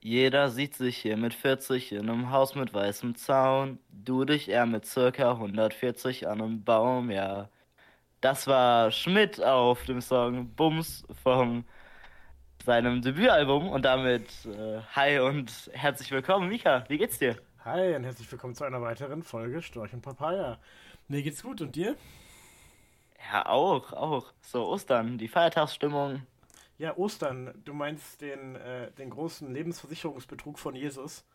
Jeder sieht sich hier mit 40 in einem Haus mit weißem Zaun. Du dich eher mit circa 140 an einem Baum, ja. Das war Schmidt auf dem Song Bums von seinem Debütalbum und damit hi und herzlich willkommen, Mika. Wie geht's dir? Hi und herzlich willkommen zu einer weiteren Folge Storch und Papaya. Mir geht's gut und dir? Ja, auch. So, Ostern, die Feiertagsstimmung. Ja, Ostern. Du meinst den großen Lebensversicherungsbetrug von Jesus?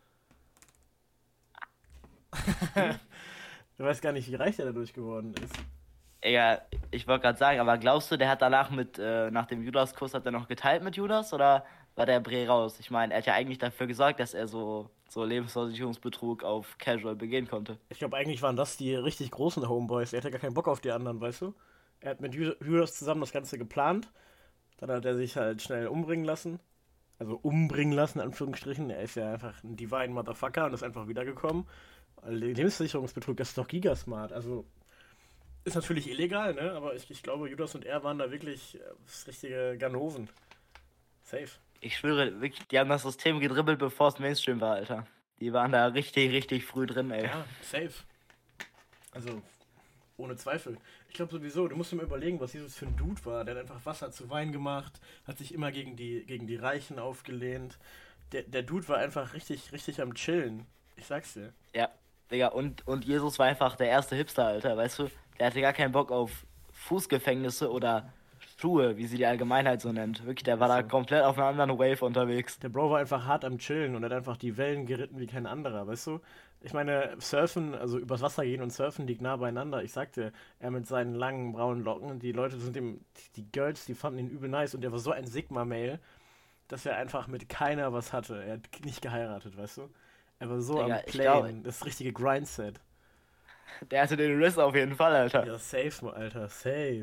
Hm? Du weißt gar nicht, wie reich der dadurch geworden ist. Ja, ich wollte gerade sagen, aber glaubst du, der hat danach nach dem Judas-Kuss, hat er noch geteilt mit Judas oder war der Bre raus? Ich meine, er hat ja eigentlich dafür gesorgt, dass er so Lebensversicherungsbetrug auf Casual begehen konnte. Ich glaube, eigentlich waren das die richtig großen Homeboys. Er hatte gar keinen Bock auf die anderen, weißt du? Er hat mit Judas zusammen das Ganze geplant. Dann hat er sich halt schnell umbringen lassen. Also umbringen lassen, in Anführungsstrichen. Er ist ja einfach ein Divine Motherfucker und ist einfach wiedergekommen. Lebensversicherungsbetrug, das ist doch gigasmart. Also ist natürlich illegal, ne? Aber ich glaube, Judas und er waren da wirklich das richtige Ganoven. Safe. Ich schwöre, wirklich, die haben das System gedribbelt, bevor es Mainstream war, Alter. Die waren da richtig früh drin, ey. Ja, safe. Also, ohne Zweifel. Ich glaube sowieso, du musst dir mal überlegen, was Jesus für ein Dude war. Der hat einfach Wasser zu Wein gemacht, hat sich immer gegen die Reichen aufgelehnt. Der Dude war einfach richtig am Chillen. Ich sag's dir. Ja, Digga, und Jesus war einfach der erste Hipster, Alter, weißt du? Der hatte gar keinen Bock auf Fußgefängnisse oder Schuhe, wie sie die Allgemeinheit so nennt. Wirklich, der war Ist da so. komplett auf einer anderen Wave unterwegs. Der Bro war einfach hart am Chillen und hat einfach die Wellen geritten wie kein anderer, weißt du? Ich meine, Surfen, also übers Wasser gehen und Surfen liegt nah beieinander. Ich sagte, er mit seinen langen braunen Locken, die Leute sind ihm, die Girls, die fanden ihn übel nice und er war so ein Sigma-Mail, dass er einfach mit keiner was hatte. Er hat nicht geheiratet, weißt du? Er war so am Digga, ich glaube, Playen, das richtige Grindset. der hatte den Riss auf jeden Fall, Alter. Ja, safe, Alter, safe.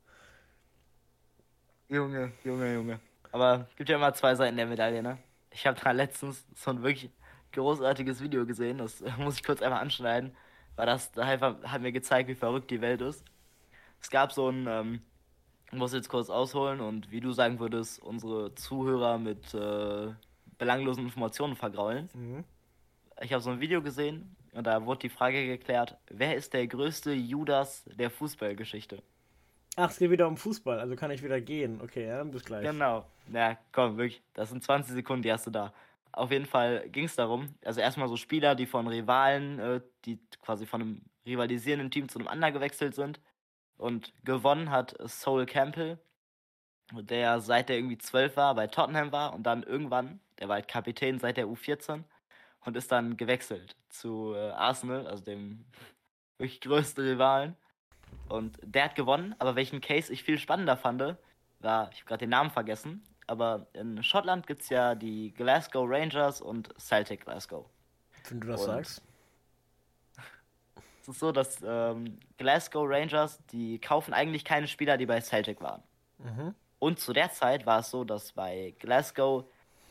Junge. Aber gibt ja immer zwei Seiten der Medaille, ne? Ich habe da letztens so ein wirklich großartiges Video gesehen, das muss ich kurz einmal anschneiden, weil das da einfach hat mir gezeigt, wie verrückt die Welt ist. Es gab so ein, ich muss jetzt kurz ausholen und wie du sagen würdest, unsere Zuhörer mit belanglosen Informationen vergraulen. Mhm. Ich habe so ein Video gesehen und da wurde die Frage geklärt, wer ist der größte Judas der Fußballgeschichte? Ach, es geht wieder um Fußball, also kann ich wieder gehen. Okay, ja, bis gleich. Genau. Na, komm, wirklich. Das sind 20 Sekunden, die hast du da. Auf jeden Fall ging es darum, also erstmal so Spieler, die von Rivalen, die quasi von einem rivalisierenden Team zu einem anderen gewechselt sind. Und gewonnen hat Sol Campbell, der seit er irgendwie 12 war, bei Tottenham war und dann irgendwann, der war halt Kapitän seit der U14 und ist dann gewechselt zu Arsenal, also dem wirklich größten Rivalen. Und der hat gewonnen, aber welchen Case ich viel spannender fand, war, ich habe gerade den Namen vergessen, aber in Schottland gibt es ja die Glasgow Rangers und Celtic Glasgow. Wenn du das Und sagst. es ist so, dass Glasgow Rangers, die kaufen eigentlich keine Spieler, die bei Celtic waren. Mhm. Und zu der Zeit war es so, dass bei Glasgow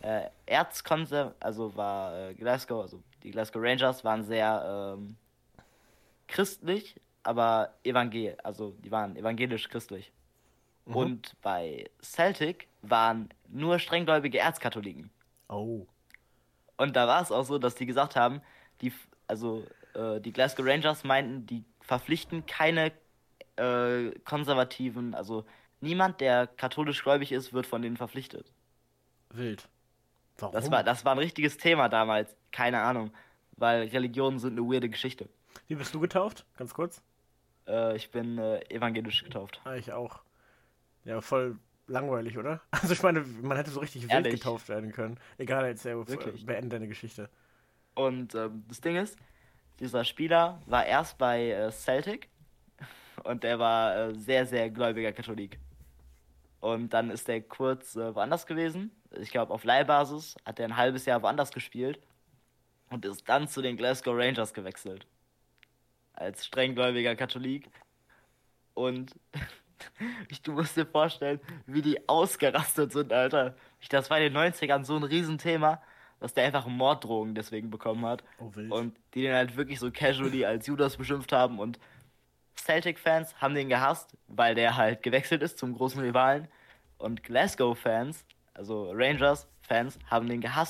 also war Glasgow, also die Glasgow Rangers waren sehr christlich, aber also die waren evangelisch-christlich. Mhm. Und bei Celtic waren nur strenggläubige Erzkatholiken. Oh. Und da war es auch so, dass die gesagt haben, die Glasgow Rangers meinten, die verpflichten keine Konservativen, also niemand, der katholisch gläubig ist, wird von denen verpflichtet. Wild. Das Warum? war, das war ein richtiges Thema damals, keine Ahnung, weil Religionen sind eine weirde Geschichte. Wie bist du getauft? Ganz kurz. Ich bin evangelisch getauft. Ah, ich auch. Ja, voll langweilig, oder? Also ich meine, man hätte so richtig wild Ehrlich, getauft werden können. Egal, jetzt wirklich. beende deine Geschichte. Und das Ding ist, dieser Spieler war erst bei Celtic und der war sehr gläubiger Katholik. Und dann ist der kurz woanders gewesen. Ich glaube, auf Leihbasis hat er ein halbes Jahr woanders gespielt und ist dann zu den Glasgow Rangers gewechselt. Als strenggläubiger Katholik. Und du musst dir vorstellen, wie die ausgerastet sind, Alter. Das war in den 90ern so ein Riesenthema, dass der einfach Morddrohungen deswegen bekommen hat. Oh, wild. Und die den halt wirklich so casually als Judas beschimpft haben. Und Celtic-Fans haben den gehasst, weil der halt gewechselt ist zum großen Rivalen. Und Glasgow-Fans, also Rangers-Fans, haben den gehasst,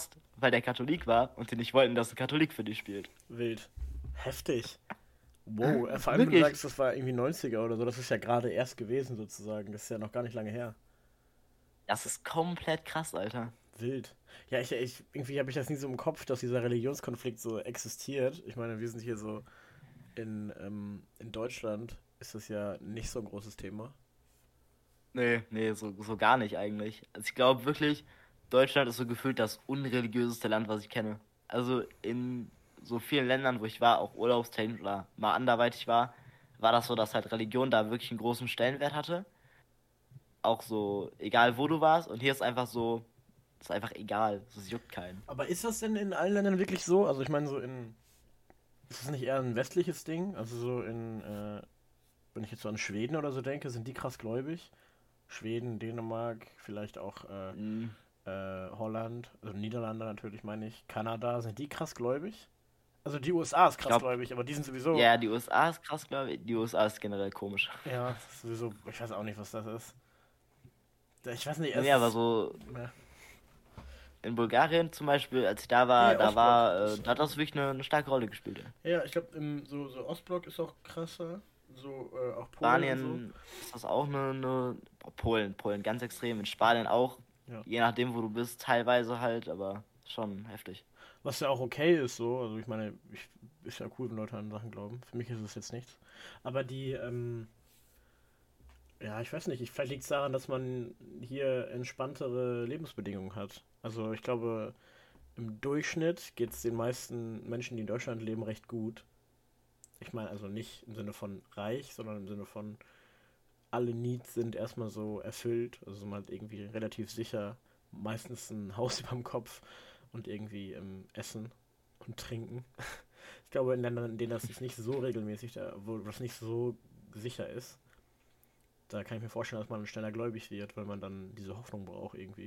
weil der Katholik war und die nicht wollten, dass ein Katholik für die spielt. Wild. Heftig. Wow, vor allem, wenn du Wirklich, sagst, das war irgendwie 90er oder so, das ist ja gerade erst gewesen sozusagen. Das ist ja noch gar nicht lange her. das ist komplett krass, Alter. Wild. Ja, irgendwie habe ich das nie so im Kopf, dass dieser Religionskonflikt so existiert. Ich meine, wir sind hier so in Deutschland, ist das ja nicht so ein großes Thema. Nee, so gar nicht eigentlich. Also ich glaube wirklich, Deutschland ist so gefühlt das unreligiöseste Land, was ich kenne. Also in so vielen Ländern, wo ich war, auch urlaubstechnisch oder mal anderweitig war, war das so, dass halt Religion da wirklich einen großen Stellenwert hatte. Auch so, egal wo du warst. Und hier ist einfach so, ist einfach egal. Es juckt keinen. Aber ist das denn in allen Ländern wirklich so? Also ich meine, ist das nicht eher ein westliches Ding? Also wenn ich jetzt so an Schweden oder so denke, sind die krass gläubig? Schweden, Dänemark, vielleicht auch Mm, Holland, also Niederlande natürlich meine ich, Kanada, sind die krass gläubig? Also die USA ist Ich krass glaube, gläubig, aber die sind sowieso, ja, die USA ist krass, glaube ich. Die USA ist generell komisch. ja, sowieso, ich weiß auch nicht, was das ist. Ich weiß nicht, Nee, aber so ja, in Bulgarien zum Beispiel, als ich ja, Ostblock. da hat das wirklich eine starke Rolle gespielt. Ja. Ja, ich glaube, so Ostblock ist auch krasser, so auch Polen und so. Spanien ist das auch Polen ganz extrem. In Spanien auch, Ja. je nachdem, wo du bist, teilweise halt, aber schon heftig. Was ja auch okay ist, so. Also ich meine, ist ja cool, wenn Leute an Sachen glauben. Für mich ist es jetzt nichts. Aber ja, ich weiß nicht, vielleicht liegt es daran, dass man hier entspanntere Lebensbedingungen hat. Also ich glaube, im Durchschnitt geht es den meisten Menschen, die in Deutschland leben, recht gut. Ich meine, also nicht im Sinne von reich, sondern im Sinne von alle Needs sind erstmal so erfüllt. Also man hat irgendwie relativ sicher meistens ein Haus über dem Kopf und irgendwie Essen und Trinken. Ich glaube, in Ländern, in denen das nicht so regelmäßig, wo das nicht so sicher ist, da kann ich mir vorstellen, dass man schneller gläubig wird, weil man dann diese Hoffnung braucht irgendwie.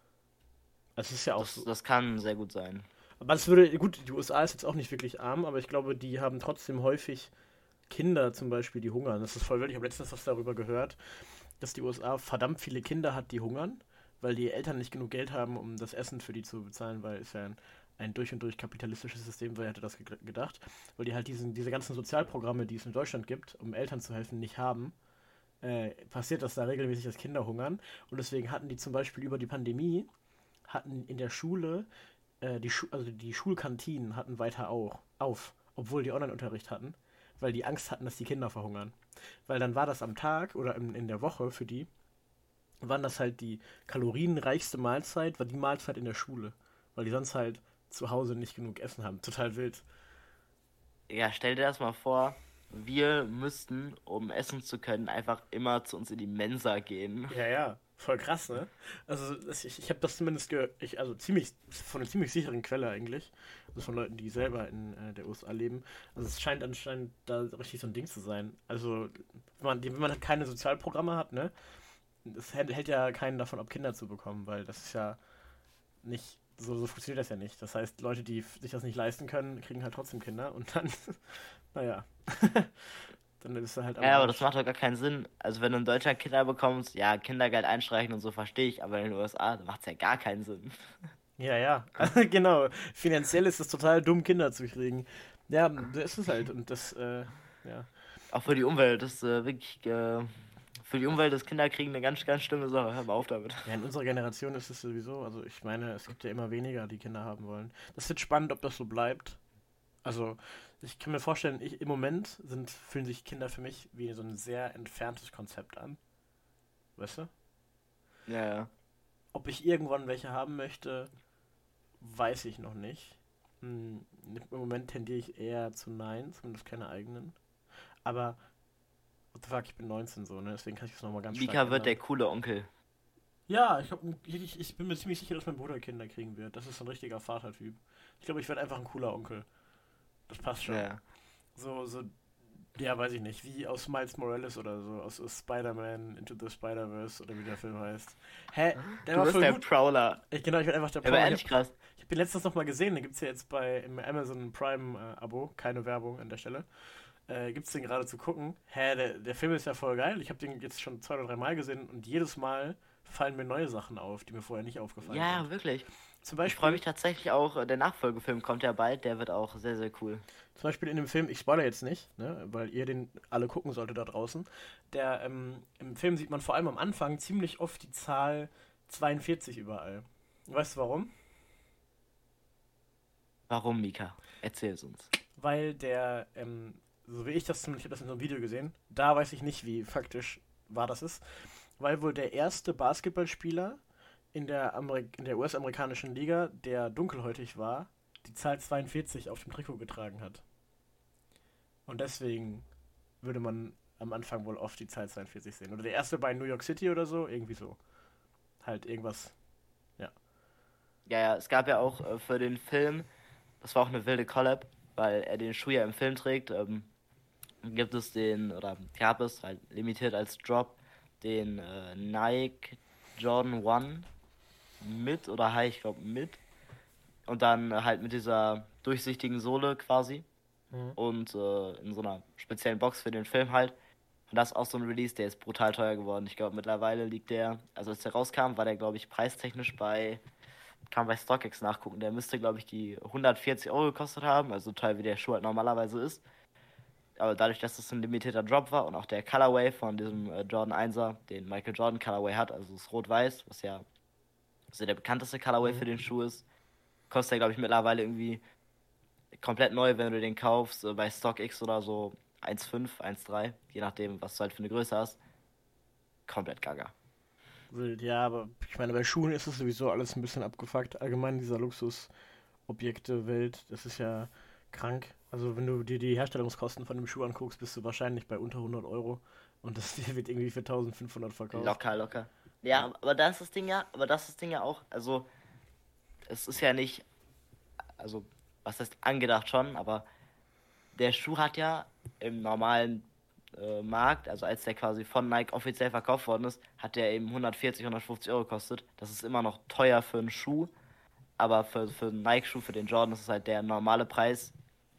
Also es ist ja auch so. Das kann sehr gut sein. Aber gut, die USA ist jetzt auch nicht wirklich arm, aber ich glaube, die haben trotzdem häufig Kinder zum Beispiel, die hungern. Das ist voll wild. Ich habe letztens was darüber gehört, dass die USA verdammt viele Kinder hat, die hungern, weil die Eltern nicht genug Geld haben, um das Essen für die zu bezahlen, weil es ja ein durch und durch kapitalistisches System war, wer hätte das gedacht, weil die halt diese ganzen Sozialprogramme, die es in Deutschland gibt, um Eltern zu helfen, nicht haben. Passiert das da regelmäßig, dass Kinder hungern. Und deswegen hatten die zum Beispiel über die Pandemie, hatten in der Schule, also die Schulkantinen hatten weiter auch auf, obwohl die Online-Unterricht hatten, weil die Angst hatten, dass die Kinder verhungern. Weil dann war das am Tag oder in der Woche für die, waren das halt die kalorienreichste Mahlzeit, war die Mahlzeit in der Schule. Weil die sonst halt zu Hause nicht genug Essen haben. Total wild. Ja, stell dir das mal vor, wir müssten, um essen zu können, einfach immer zu uns in die Mensa gehen. Ja, ja. Voll krass, ne? Also ich habe das zumindest also ziemlich, von einer ziemlich sicheren Quelle eigentlich. Also von Leuten, die selber in der USA leben. Also es scheint anscheinend da richtig so ein Ding zu sein. Also wenn man halt keine Sozialprogramme hat, ne? Es hält ja keinen davon ab, Kinder zu bekommen, weil das ist ja nicht, so funktioniert das ja nicht. Das heißt, Leute, die sich das nicht leisten können, kriegen halt trotzdem Kinder und dann, naja, dann ist er halt am Ja, aber das Arsch. macht doch gar keinen Sinn. Also wenn du in Deutschland Kinder bekommst, ja, Kindergeld einstreichen und so verstehe ich, aber in den USA macht es ja gar keinen Sinn. Ja, ja, genau. Finanziell ist es total dumm, Kinder zu kriegen. Ja, so ist es halt und ja. Auch für die Umwelt, das ist wirklich, für die Umwelt ist Kinderkriegen eine ganz schlimme Sache. Hör mal auf damit. Ja, in unserer Generation ist es sowieso, also ich meine, es gibt ja immer weniger, die Kinder haben wollen. Das wird spannend, ob das so bleibt. Also, ich kann mir vorstellen, im Moment fühlen sich Kinder für mich wie so ein sehr entferntes Konzept an. Weißt du? Ja, ja. Ob ich irgendwann welche haben möchte, weiß ich noch nicht. Im Moment tendiere ich eher zu Nein, zumindest keine eigenen. Aber, what the fuck, ich bin 19 so, ne? Deswegen kann ich das nochmal ganz stark Mika wird ändern. der coole Onkel. Ja, ich bin mir ziemlich sicher, dass mein Bruder Kinder kriegen wird. Das ist so ein richtiger Vatertyp. Ich glaube, ich werde einfach ein cooler Onkel. Das passt schon. Ja. So, ja, weiß ich nicht, wie aus Miles Morales oder so, aus Spider-Man Into the Spider-Verse oder wie der Film heißt. Hä? Der Du war bist voll der gut. Prowler. Ich werde einfach der Ja, aber Paul. ehrlich krass. Ich hab den letztens noch mal gesehen, den gibt's ja jetzt im Amazon Prime Abo, keine Werbung an der Stelle. Gibt's den gerade zu gucken. Hä, der Film ist ja voll geil. Ich habe den jetzt schon 2 oder 3 Mal gesehen und jedes Mal fallen mir neue Sachen auf, die mir vorher nicht aufgefallen sind. Ja, wirklich. Zum Ich freue Beispiel, mich tatsächlich auch, der Nachfolgefilm kommt ja bald, der wird auch sehr, sehr cool. zum Beispiel in dem Film, ich spoilere jetzt nicht, ne, weil ihr den alle gucken solltet da draußen. Im Film sieht man vor allem am Anfang ziemlich oft die Zahl 42 überall. Weißt du warum? Warum, Mika? Erzähl es uns. Weil so wie ich das zumindest, ich habe das in so einem Video gesehen, da weiß ich nicht, wie faktisch wahr das ist, weil wohl der erste Basketballspieler in der US-amerikanischen Liga, der dunkelhäutig war, die Zahl 42 auf dem Trikot getragen hat. Und deswegen würde man am Anfang wohl oft die Zahl 42 sehen. Oder der erste bei New York City oder so, irgendwie so. Halt irgendwas, ja. Ja, ja, es gab ja auch für den Film, das war auch eine wilde Collab, weil er den Schuh ja im Film trägt, gibt es oder gab es halt limitiert als Drop, den Nike Jordan 1 mit oder High, ich glaube mit. Und dann halt mit dieser durchsichtigen Sohle quasi. Mhm. Und in so einer speziellen Box für den Film halt. Und das ist auch so ein Release, der ist brutal teuer geworden. Ich glaube, mittlerweile liegt der, also als der rauskam, war der, glaube ich, preistechnisch kann man bei StockX nachgucken, der müsste, glaube ich, die 140 Euro gekostet haben, also so teuer wie der Schuh halt normalerweise ist. Aber dadurch, dass das ein limitierter Drop war und auch der Colorway von diesem Jordan 1er, den Michael Jordan Colorway hat, also das Rot-Weiß, was ja so der bekannteste Colorway Mhm. für den Schuh ist, kostet er, glaube ich, mittlerweile irgendwie komplett neu, wenn du den kaufst, bei StockX oder so 1,5, 1,3, je nachdem, was du halt für eine Größe hast. Komplett gaga. Wild, ja, aber ich meine, bei Schuhen ist es sowieso alles ein bisschen abgefuckt. Allgemein dieser Luxusobjekte-Welt, das ist ja krank. Also wenn du dir die Herstellungskosten von dem Schuh anguckst, bist du wahrscheinlich bei unter 100 Euro. Und das wird irgendwie für 1500 verkauft. Locker, locker. Ja. Ja, aber das ist das Ding ja auch, also es ist ja nicht, also was heißt angedacht schon, aber der Schuh hat ja im normalen Markt, also als der quasi von Nike offiziell verkauft worden ist, hat der eben 140, 150 Euro gekostet. Das ist immer noch teuer für einen Schuh, aber für einen Nike-Schuh, für den Jordan, das ist halt der normale Preis,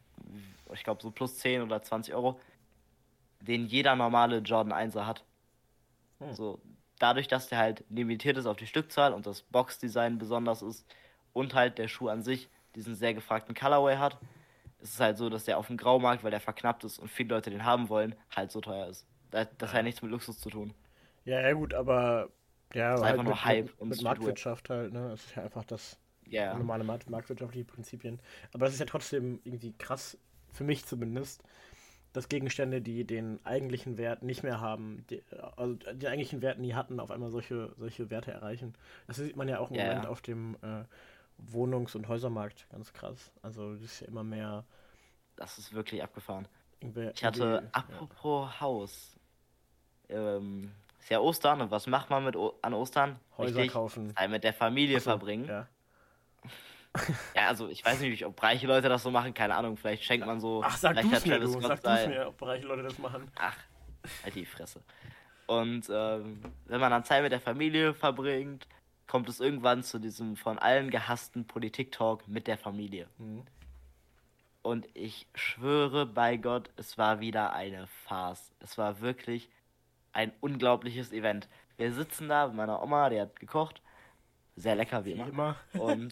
ich glaube so plus 10 oder 20 Euro, den jeder normale Jordan 1er hat. Hm. So, dadurch, dass der halt limitiert ist auf die Stückzahl und das Boxdesign besonders ist und halt der Schuh an sich diesen sehr gefragten Colorway hat, ist es halt so, dass der auf dem Graumarkt, weil der verknappt ist und viele Leute den haben wollen, halt so teuer ist. Das hat ja Ja. nichts mit Luxus zu tun. Ja, ja, gut, aber Das ja, ist einfach halt nur Hype und mit Streetwear. Marktwirtschaft halt, ne? Das ist ja einfach das Ja, normale marktwirtschaftliche Prinzipien. Aber das ist ja trotzdem irgendwie krass, für mich zumindest, dass Gegenstände, die den eigentlichen Wert nicht mehr haben, also den eigentlichen Wert nie hatten, auf einmal solche Werte erreichen. Das sieht man ja auch im ja, Moment ja. auf dem Wohnungs- und Häusermarkt ganz krass. Also das ist ja immer mehr Das ist wirklich abgefahren. Ich irgendwie hatte, ja, apropos Haus, ist ja Ostern und was macht man an Ostern? Häuser Richtig, kaufen. Zeit mit der Familie Achso, verbringen. ja. Ja, also ich weiß nicht, ob reiche Leute das so machen, keine Ahnung. Vielleicht schenkt man so, Ach, sag vielleicht du's hat mir, Travis du. Scott Sag du's sei. mir, ob reiche Leute das machen. Ach, halt die Fresse. Und wenn man dann Zeit mit der Familie verbringt, kommt es irgendwann zu diesem von allen gehassten Politik-Talk mit der Familie. Hm. Und ich schwöre bei Gott, es war wieder eine Farce. Es war wirklich ein unglaubliches Event. Wir sitzen da mit meiner Oma, die hat gekocht. Sehr lecker wie Wie immer. immer. Und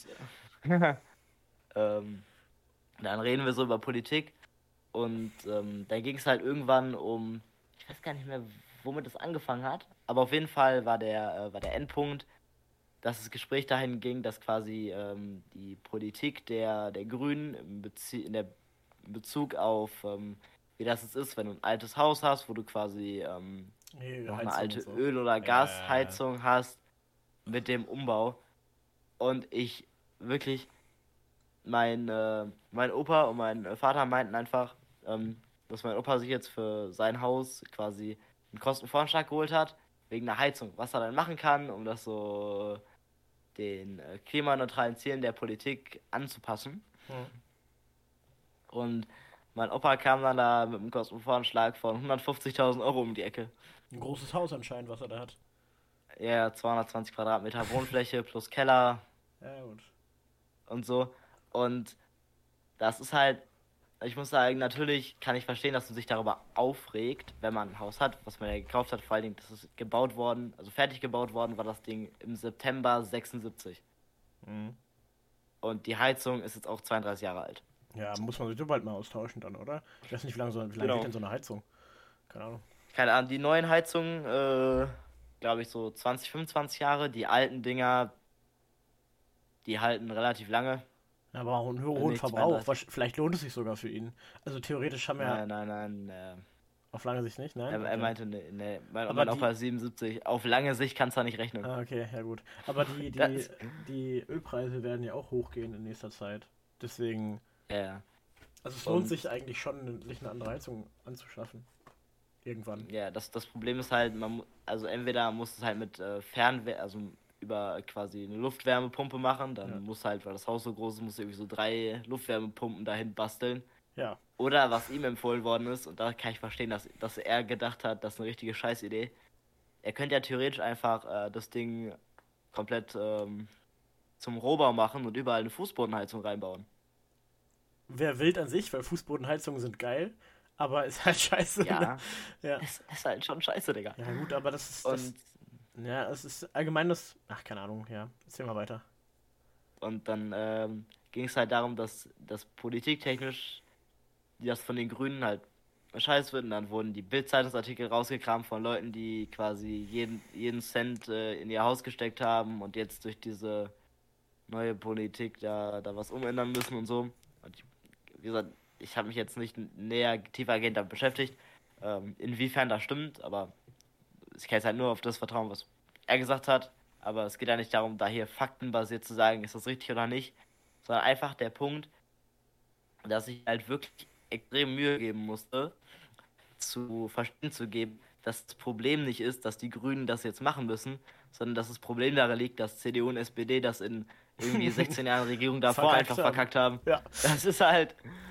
ähm, dann reden wir so über Politik. Und dann ging es halt irgendwann um, ich weiß gar nicht mehr, womit es angefangen hat. Aber auf jeden Fall war der Endpunkt, dass das Gespräch dahin ging, dass quasi die Politik der Grünen in Bezug auf, wie das jetzt ist, wenn du ein altes Haus hast, wo du quasi Nee, noch eine Heizung alte und so. Öl- oder Ja. Gasheizung hast mit dem Umbau. Und ich wirklich, mein Opa und mein Vater meinten einfach, dass mein Opa sich jetzt für sein Haus quasi einen Kostenvoranschlag geholt hat, wegen der Heizung. Was er dann machen kann, um das so den klimaneutralen Zielen der Politik anzupassen. Hm. Und mein Opa kam dann da mit einem Kostenvoranschlag von 150.000 Euro um die Ecke. Ein großes Haus anscheinend, was er da hat. Ja, 220 Quadratmeter Wohnfläche plus Keller Ja, gut. und so. Und das ist halt, ich muss sagen, natürlich kann ich verstehen, dass man sich darüber aufregt, wenn man ein Haus hat, was man ja gekauft hat. Vor allen Dingen, das ist gebaut worden, also fertig gebaut worden, war das Ding im September 76. Mhm. und die Heizung ist jetzt auch 32 Jahre alt. Ja, muss man sich so bald mal austauschen dann, oder? Ich weiß nicht, wie lange Genau. geht denn so eine Heizung? Keine Ahnung. Keine Ahnung, die neuen Heizungen, glaube ich, so 20, 25 Jahre. Die alten Dinger, die halten relativ lange. Aber auch einen hohen Nicht Verbrauch. 32. Vielleicht lohnt es sich sogar für ihn. Also theoretisch haben wir Nein, nein, nein. auf lange Sicht nicht, nein? Er Okay. meinte, ne, mein Aber Opa ist 77. Auf lange Sicht kannst du da nicht rechnen. Okay, ja gut. Aber Das, die Ölpreise werden ja auch hochgehen in nächster Zeit. Deswegen, ja. also es lohnt Und sich eigentlich schon, sich eine andere Heizung anzuschaffen. Irgendwann. ja, das Problem ist halt, also entweder musst du es halt mit Fernwärme, also über quasi eine Luftwärmepumpe machen, dann Ja. musst du halt, weil das Haus so groß ist, musst du irgendwie so 3 Luftwärmepumpen dahin basteln. Ja. Oder was ihm empfohlen worden ist, und da kann ich verstehen, dass er gedacht hat, das ist eine richtige Scheißidee. Er könnte ja theoretisch einfach das Ding komplett zum Rohbau machen und überall eine Fußbodenheizung reinbauen. Wäre wild an sich, weil Fußbodenheizungen sind geil, aber ist halt scheiße. Ne? Ja, Ja. ist halt schon scheiße, Digga. Ja gut, aber das ist. Und, Ja, es ist allgemein das. Ach, keine Ahnung, ja. Erzähl mal weiter. und dann ging es halt darum, dass politiktechnisch das von den Grünen halt scheiße wird. Und dann wurden die Bild-Zeitungsartikel rausgekramt von Leuten, die quasi jeden Cent in ihr Haus gesteckt haben und jetzt durch diese neue Politik da was umändern müssen und so. Und wie gesagt, ich habe mich jetzt nicht näher tiefergehend damit beschäftigt, inwiefern das stimmt, aber ich kann jetzt halt nur auf das vertrauen, was er gesagt hat. Aber es geht ja nicht darum, da hier faktenbasiert zu sagen, ist das richtig oder nicht, sondern einfach der Punkt, dass ich halt wirklich extrem Mühe geben musste, zu verstehen zu geben, dass das Problem nicht ist, dass die Grünen das jetzt machen müssen, sondern dass das Problem darin liegt, dass CDU und SPD das in irgendwie 16 Jahren Regierung davor Verkackt einfach haben. verkackt haben. Ja. Das ist halt.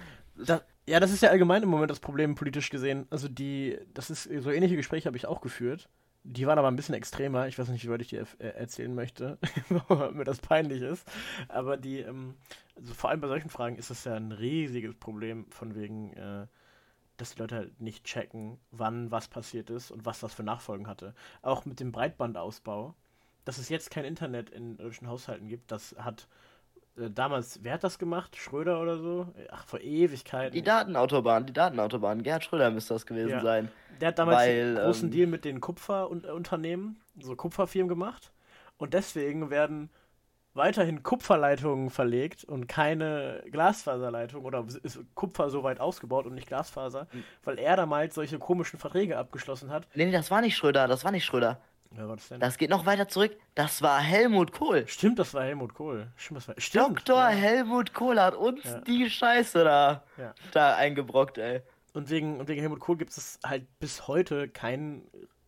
Ja, das ist ja allgemein im Moment das Problem politisch gesehen. Also das ist so ähnliche Gespräche habe ich auch geführt. Die waren aber ein bisschen extremer. Ich weiß nicht, wie weit ich dir erzählen möchte, weil mir das peinlich ist. Aber also vor allem bei solchen Fragen ist das ja ein riesiges Problem, von wegen, dass die Leute halt nicht checken, wann was passiert ist und was das für Nachfolgen hatte. Auch mit dem Breitbandausbau, dass es jetzt kein Internet in deutschen Haushalten gibt, das hat damals, wer hat das gemacht? Schröder oder so? Ach, vor Ewigkeiten. Die Datenautobahn. Gerhard Schröder müsste das gewesen Ja. sein. Der hat damals Weil, einen großen Deal mit den Kupferunternehmen, so Kupferfirmen gemacht. Und deswegen werden weiterhin Kupferleitungen verlegt und keine Glasfaserleitung oder ist Kupfer so weit ausgebaut und nicht Glasfaser, weil er damals solche komischen Verträge abgeschlossen hat. Nee, das war nicht Schröder. Wer war das denn? Das geht noch weiter zurück. Das war Helmut Kohl. Stimmt, das war Helmut Kohl. Stimmt. Dr. Ja. Helmut Kohl hat uns Ja. die Scheiße da Ja. eingebrockt, ey. Und wegen Helmut Kohl gibt es halt bis heute kein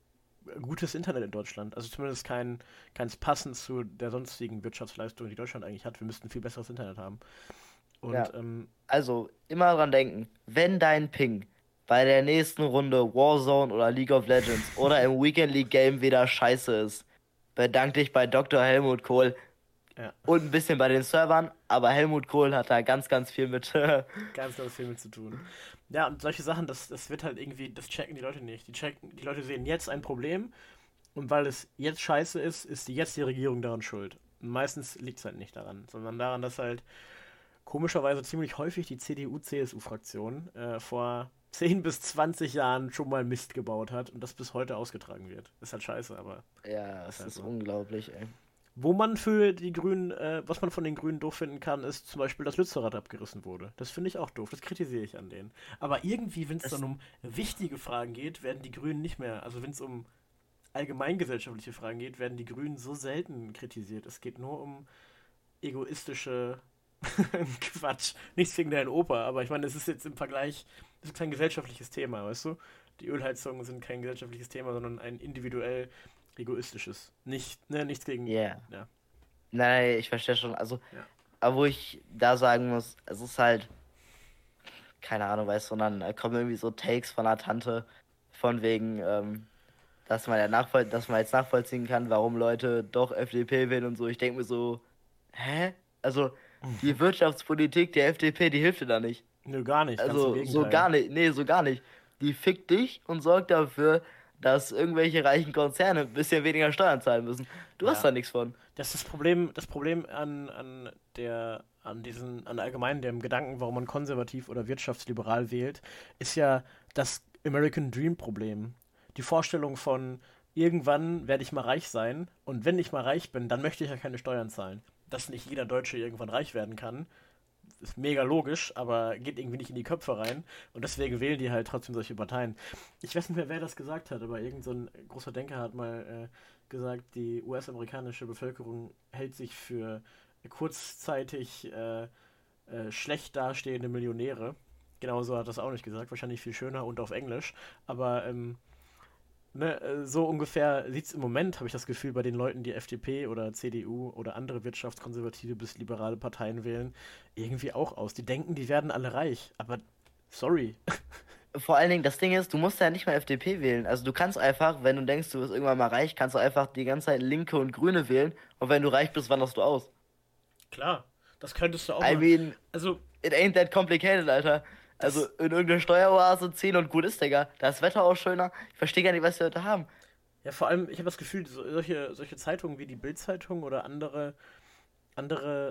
gutes Internet in Deutschland. Also zumindest keins passend zu der sonstigen Wirtschaftsleistung, die Deutschland eigentlich hat. Wir müssten viel besseres Internet haben. Und Ja. Also, immer dran denken, wenn dein Ping bei der nächsten Runde Warzone oder League of Legends oder im Weekend League Game wieder scheiße ist, bedank dich bei Dr. Helmut Kohl ja, und ein bisschen bei den Servern, aber Helmut Kohl hat da ganz, ganz viel mit. ganz viel mit zu tun. Ja, und solche Sachen, das wird halt irgendwie, das checken die Leute nicht. Die Leute sehen jetzt ein Problem und weil es jetzt scheiße ist, ist jetzt die Regierung daran schuld. Und meistens liegt es halt nicht daran, sondern daran, dass halt komischerweise ziemlich häufig die CDU-CSU-Fraktion vor 10 bis 20 Jahren schon mal Mist gebaut hat und das bis heute ausgetragen wird. Ist halt scheiße, aber. Ja, es halt ist so. unglaublich, ey. Wo man für die Grünen, was man von den Grünen doof finden kann, ist zum Beispiel, dass Lützerath abgerissen wurde. Das finde ich auch doof, das kritisiere ich an denen. Aber irgendwie, wenn es dann um wichtige Fragen geht, werden die Grünen nicht mehr, also wenn es um allgemeingesellschaftliche Fragen geht, werden die Grünen so selten kritisiert. Es geht nur um egoistische Quatsch. Nichts gegen deinen Opa, aber ich meine, es ist jetzt im Vergleich, das ist kein gesellschaftliches Thema, weißt du? Die Ölheizungen sind kein gesellschaftliches Thema, sondern ein individuell egoistisches. Nichts gegen. Yeah. Ja. Nein, ich verstehe schon. Also, Ja. aber wo ich da sagen muss, es ist halt, keine Ahnung, weißt du, sondern da kommen irgendwie so Takes von einer Tante, von wegen, dass man jetzt nachvollziehen kann, warum Leute doch FDP wählen und so. Ich denke mir so, hä? Also, die Wirtschaftspolitik der FDP, die hilft dir da nicht. Nö, gar nicht. Ganz im Also, so Gegenteil. gar nicht. Nee, so gar nicht. Die fickt dich und sorgt dafür, dass irgendwelche reichen Konzerne ein bisschen weniger Steuern zahlen müssen. Du hast Ja. da nichts von. Das Problem an allgemein dem Gedanken, warum man konservativ oder wirtschaftsliberal wählt, ist ja das American Dream Problem. Die Vorstellung von, irgendwann werde ich mal reich sein und wenn ich mal reich bin, dann möchte ich ja keine Steuern zahlen. Dass nicht jeder Deutsche irgendwann reich werden kann, ist mega logisch, aber geht irgendwie nicht in die Köpfe rein. Und deswegen wählen die halt trotzdem solche Parteien. Ich weiß nicht mehr, wer das gesagt hat, aber irgend so ein großer Denker hat mal gesagt, die US-amerikanische Bevölkerung hält sich für kurzzeitig schlecht dastehende Millionäre. Genauso hat das auch nicht gesagt, wahrscheinlich viel schöner und auf Englisch. Aber ne, so ungefähr sieht es im Moment, habe ich das Gefühl, bei den Leuten, die FDP oder CDU oder andere wirtschaftskonservative bis liberale Parteien wählen, irgendwie auch aus. Die denken, die werden alle reich. Aber sorry. Vor allen Dingen, das Ding ist, du musst ja nicht mal FDP wählen. Also du kannst einfach, wenn du denkst, du wirst irgendwann mal reich, kannst du einfach die ganze Zeit Linke und Grüne wählen. Und wenn du reich bist, wanderst du aus. Klar, das könntest du auch I mal. mean, Also, it ain't that complicated, Alter. Also das. in irgendeine Steueroase ziehen und gut ist, Digga. Da ist das Wetter auch schöner. Ich verstehe gar nicht, was die Leute haben. Ja, vor allem, ich habe das Gefühl, solche Zeitungen wie die Bild-Zeitung oder andere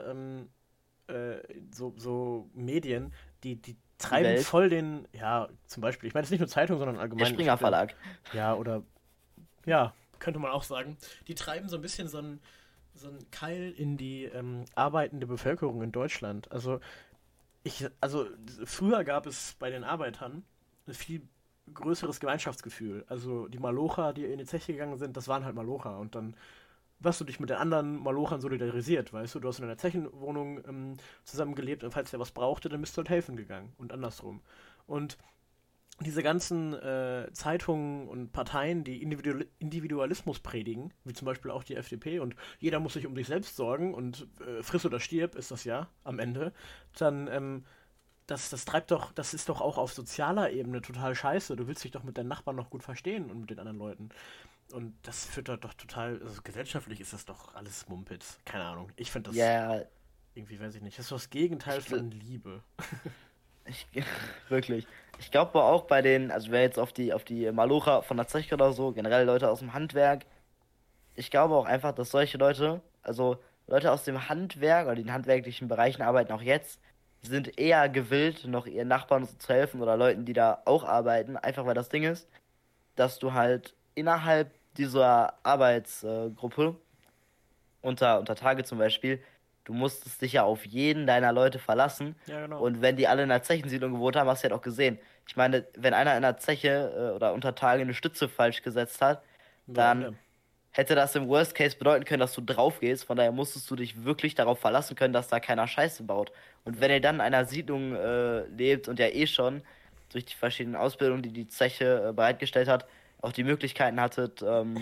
so Medien, die Die treiben Welt. voll den, ja, zum Beispiel, ich meine jetzt nicht nur Zeitungen, sondern Der allgemein. Es Springer gibt ja, Verlag. ja, oder, ja, könnte man auch sagen. Die treiben so ein bisschen so einen Keil in die arbeitende Bevölkerung in Deutschland. Also früher gab es bei den Arbeitern ein viel größeres Gemeinschaftsgefühl. Also die Malocher, die in die Zeche gegangen sind, das waren halt Malocher. Und dann hast du dich mit den anderen Malochern solidarisiert, weißt du? Du hast in einer Zechenwohnung zusammengelebt und falls der was brauchte, dann bist du halt helfen gegangen und andersrum. Und diese ganzen Zeitungen und Parteien, die Individualismus predigen, wie zum Beispiel auch die FDP, und jeder muss sich um sich selbst sorgen und friss oder stirb ist das ja am Ende, dann das ist doch auch auf sozialer Ebene total scheiße. Du willst dich doch mit deinen Nachbarn noch gut verstehen und mit den anderen Leuten. Und das führt doch total, also gesellschaftlich ist das doch alles Mumpitz. Keine Ahnung. Ich finde das Ja, irgendwie, weiß ich nicht, das ist so das Gegenteil ich, gl- von Liebe. ich wirklich. Ich glaube auch bei den, also wer jetzt auf die Malocher von der Zeche oder so, generell Leute aus dem Handwerk, ich glaube auch einfach, dass solche Leute, also Leute aus dem Handwerk oder den handwerklichen Bereichen arbeiten auch jetzt, sind eher gewillt, noch ihren Nachbarn so zu helfen oder Leuten, die da auch arbeiten, einfach weil das Ding ist, dass du halt innerhalb dieser Arbeitsgruppe unter Tage zum Beispiel, du musstest dich ja auf jeden deiner Leute verlassen. Ja, genau. Und wenn die alle in einer Zechensiedlung gewohnt haben, hast du ja auch gesehen. Ich meine, wenn einer in einer Zeche oder unter Tage eine Stütze falsch gesetzt hat, Ja, dann okay. hätte das im Worst Case bedeuten können, dass du drauf gehst. Von daher musstest du dich wirklich darauf verlassen können, dass da keiner Scheiße baut. Und wenn ihr dann in einer Siedlung lebt und ja eh schon durch die verschiedenen Ausbildungen, die die Zeche bereitgestellt hat, auch die Möglichkeiten hattet,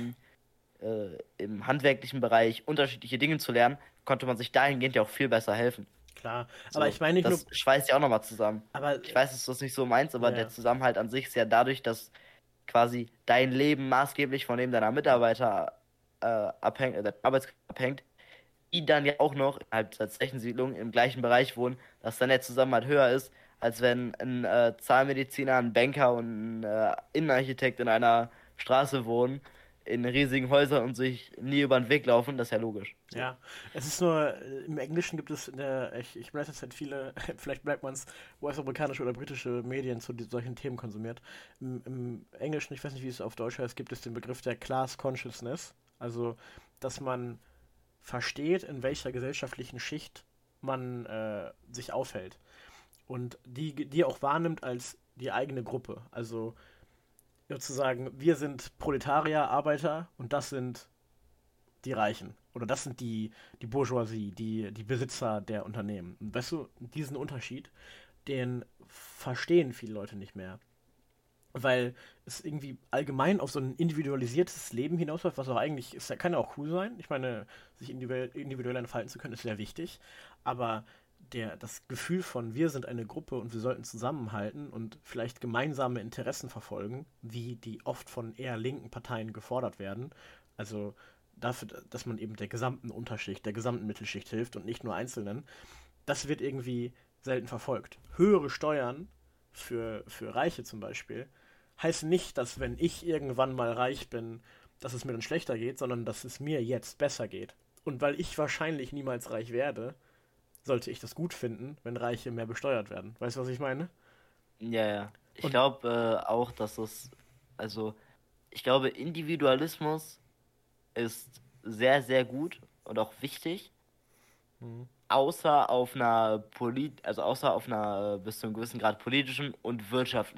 im handwerklichen Bereich unterschiedliche Dinge zu lernen, konnte man sich dahingehend ja auch viel besser helfen. Klar. Aber So, ich meine nicht nur, das schweißt ja auch nochmal zusammen. aber, Ich weiß, dass du das nicht so meinst, aber ja, der ja. Zusammenhalt an sich ist ja dadurch, dass quasi dein Leben maßgeblich von dem deiner Mitarbeiter abhängt, der Arbeitskraft abhängt, die dann ja auch noch innerhalb der Zechensiedlung im gleichen Bereich wohnen, dass dann der Zusammenhalt höher ist, als wenn ein Zahnmediziner, ein Banker und ein Innenarchitekt in einer Straße wohnen, in riesigen Häusern und sich nie über den Weg laufen. Das ist ja logisch. So. Ja, es ist nur, im Englischen gibt es ich weiß jetzt halt viele, vielleicht merkt man es, US-amerikanische oder britische Medien zu solchen Themen konsumiert. Im Englischen, ich weiß nicht, wie es auf Deutsch heißt, gibt es den Begriff der Class Consciousness. Also, dass man versteht, in welcher gesellschaftlichen Schicht man sich aufhält. Und die auch wahrnimmt als die eigene Gruppe. Also, sozusagen, wir sind Proletarier, Arbeiter und das sind die Reichen. Oder das sind die Bourgeoisie, die Besitzer der Unternehmen. Und weißt du, diesen Unterschied, den verstehen viele Leute nicht mehr. Weil es irgendwie allgemein auf so ein individualisiertes Leben hinausläuft, was auch eigentlich ist, kann ja auch cool sein. Ich meine, sich individuell entfalten zu können, ist sehr wichtig. Aber das Gefühl von, wir sind eine Gruppe und wir sollten zusammenhalten und vielleicht gemeinsame Interessen verfolgen, wie die oft von eher linken Parteien gefordert werden. Also dafür, dass man eben der gesamten Unterschicht, der gesamten Mittelschicht hilft und nicht nur Einzelnen, das wird irgendwie selten verfolgt. Höhere Steuern für Reiche zum Beispiel heißt nicht, dass wenn ich irgendwann mal reich bin, dass es mir dann schlechter geht, sondern dass es mir jetzt besser geht. Und weil ich wahrscheinlich niemals reich werde, sollte ich das gut finden, wenn Reiche mehr besteuert werden. Weißt du, was ich meine? Ja, ja. Ich Und glaube auch, dass also ich glaube, Individualismus ist sehr, sehr gut und auch wichtig, Mhm. außer auf einer bis zu einem gewissen Grad politischen und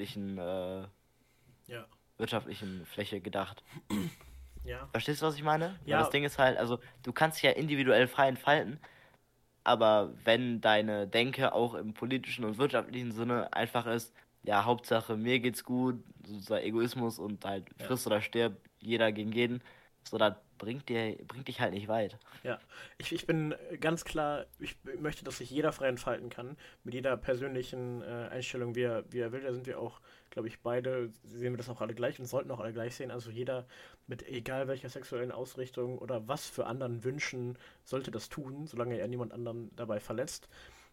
Ja. wirtschaftlichen Fläche gedacht. Ja. Verstehst du, was ich meine? Weil das Ja, Ding ist halt, also du kannst dich ja individuell frei entfalten, aber wenn deine Denke auch im politischen und wirtschaftlichen Sinne einfach ist, ja, Hauptsache mir geht's gut, so dieser Egoismus und halt ja. friss oder stirb, jeder gegen jeden, so das bringt dich halt nicht weit. Ja, ich bin ganz klar, ich möchte, dass sich jeder frei entfalten kann, mit jeder persönlichen Einstellung, wie er will. Da sind wir auch, glaube ich, beide, sehen wir das auch alle gleich und sollten auch alle gleich sehen. Also jeder mit egal welcher sexuellen Ausrichtung oder was für anderen Wünschen, sollte das tun, solange er niemand anderen dabei verletzt.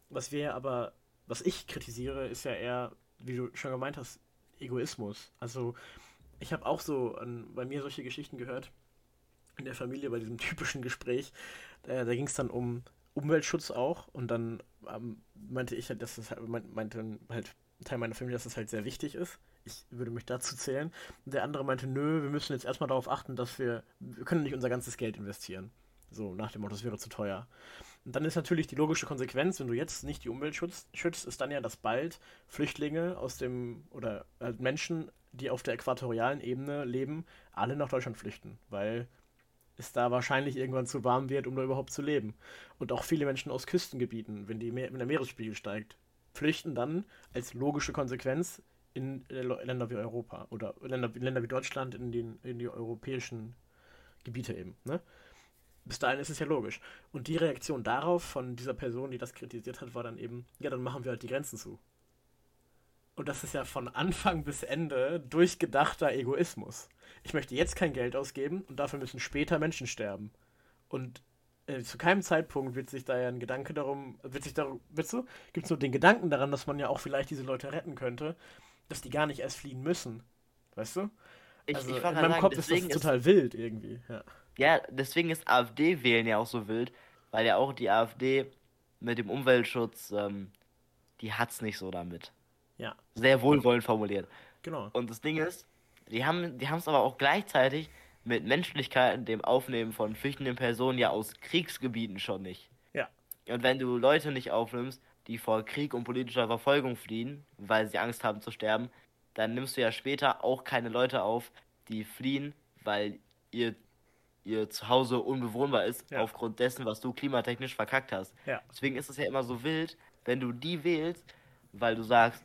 Was ich kritisiere, ist ja eher, wie du schon gemeint hast, Egoismus. Also ich habe auch bei mir solche Geschichten gehört in der Familie bei diesem typischen Gespräch. Da ging es dann um Umweltschutz auch und dann meinte ich halt, dass das halt, meinte halt ein Teil meiner Familie, dass das halt sehr wichtig ist. Ich würde mich dazu zählen. Und der andere meinte, nö, wir müssen jetzt erstmal darauf achten, dass wir können nicht unser ganzes Geld investieren. So nach dem Motto, das wäre zu teuer. Und dann ist natürlich die logische Konsequenz, wenn du jetzt nicht die Umwelt schützt, ist dann ja, dass bald Flüchtlinge oder halt Menschen, die auf der äquatorialen Ebene leben, alle nach Deutschland flüchten, weil es da wahrscheinlich irgendwann zu warm wird, um da überhaupt zu leben. Und auch viele Menschen aus Küstengebieten, wenn der Meeresspiegel steigt, flüchten dann als logische Konsequenz in Länder wie Europa oder Länder wie Deutschland in die europäischen Gebiete eben. Ne? Bis dahin ist es ja logisch. Und die Reaktion darauf von dieser Person, die das kritisiert hat, war dann eben, ja, dann machen wir halt die Grenzen zu. Und das ist ja von Anfang bis Ende durchgedachter Egoismus. Ich möchte jetzt kein Geld ausgeben und dafür müssen später Menschen sterben. Und zu keinem Zeitpunkt wird sich da ja ein Gedanke darum, gibt es nur den Gedanken daran, dass man ja auch vielleicht diese Leute retten könnte, dass die gar nicht erst fliehen müssen. Weißt du? Also Ich wollte in gerade meinem sagen, Kopf ist das total wild irgendwie. Ja. ja, deswegen ist AfD-Wählen ja auch so wild, weil ja auch die AfD mit dem Umweltschutz, die hat's nicht so damit. Ja, Sehr wohlwollend formuliert. genau. Und das Ding ist, die haben es aber auch gleichzeitig mit Menschlichkeit und dem Aufnehmen von flüchtenden Personen ja aus Kriegsgebieten schon nicht. Ja, Und wenn du Leute nicht aufnimmst, die vor Krieg und politischer Verfolgung fliehen, weil sie Angst haben zu sterben, dann nimmst du ja später auch keine Leute auf, die fliehen, weil ihr, ihr Zuhause unbewohnbar ist, ja, aufgrund dessen, was du klimatechnisch verkackt hast. ja. Deswegen ist es ja immer so wild, wenn du die wählst, weil du sagst,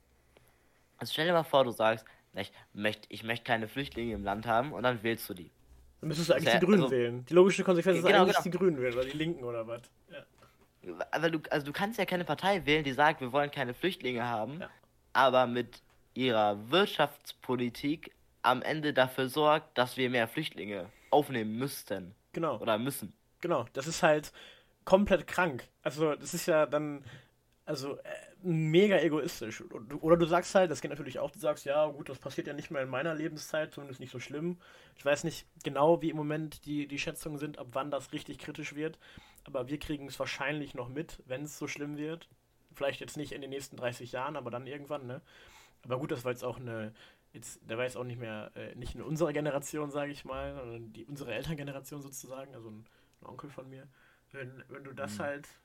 also stell dir mal vor, du sagst, na, ich möchte keine Flüchtlinge im Land haben und dann wählst du die. Dann müsstest du Das ist eigentlich die ja, Grünen also, wählen. Die logische Konsequenz ist genau, eigentlich genau. die Grünen wählen oder die Linken oder was. Ja, Weil also du kannst ja keine Partei wählen, die sagt, wir wollen keine Flüchtlinge haben, ja. aber mit ihrer Wirtschaftspolitik am Ende dafür sorgt, dass wir mehr Flüchtlinge aufnehmen müssten Genau, oder müssen. genau. Das ist halt komplett krank. Also, das ist ja dann, also, mega egoistisch. Oder du sagst halt, das geht natürlich auch, du sagst, ja, gut, das passiert ja nicht mehr in meiner Lebenszeit, zumindest nicht so schlimm. Ich weiß nicht genau, wie im Moment die Schätzungen sind, ab wann das richtig kritisch wird. Aber wir kriegen es wahrscheinlich noch mit, wenn es so schlimm wird. Vielleicht jetzt nicht in den nächsten 30 Jahren, aber dann irgendwann, ne? Aber gut, das war jetzt auch der war jetzt auch nicht mehr, nicht in unserer Generation, sage ich mal, sondern unsere Elterngeneration sozusagen, also ein Onkel von mir. Wenn du das Hm. halt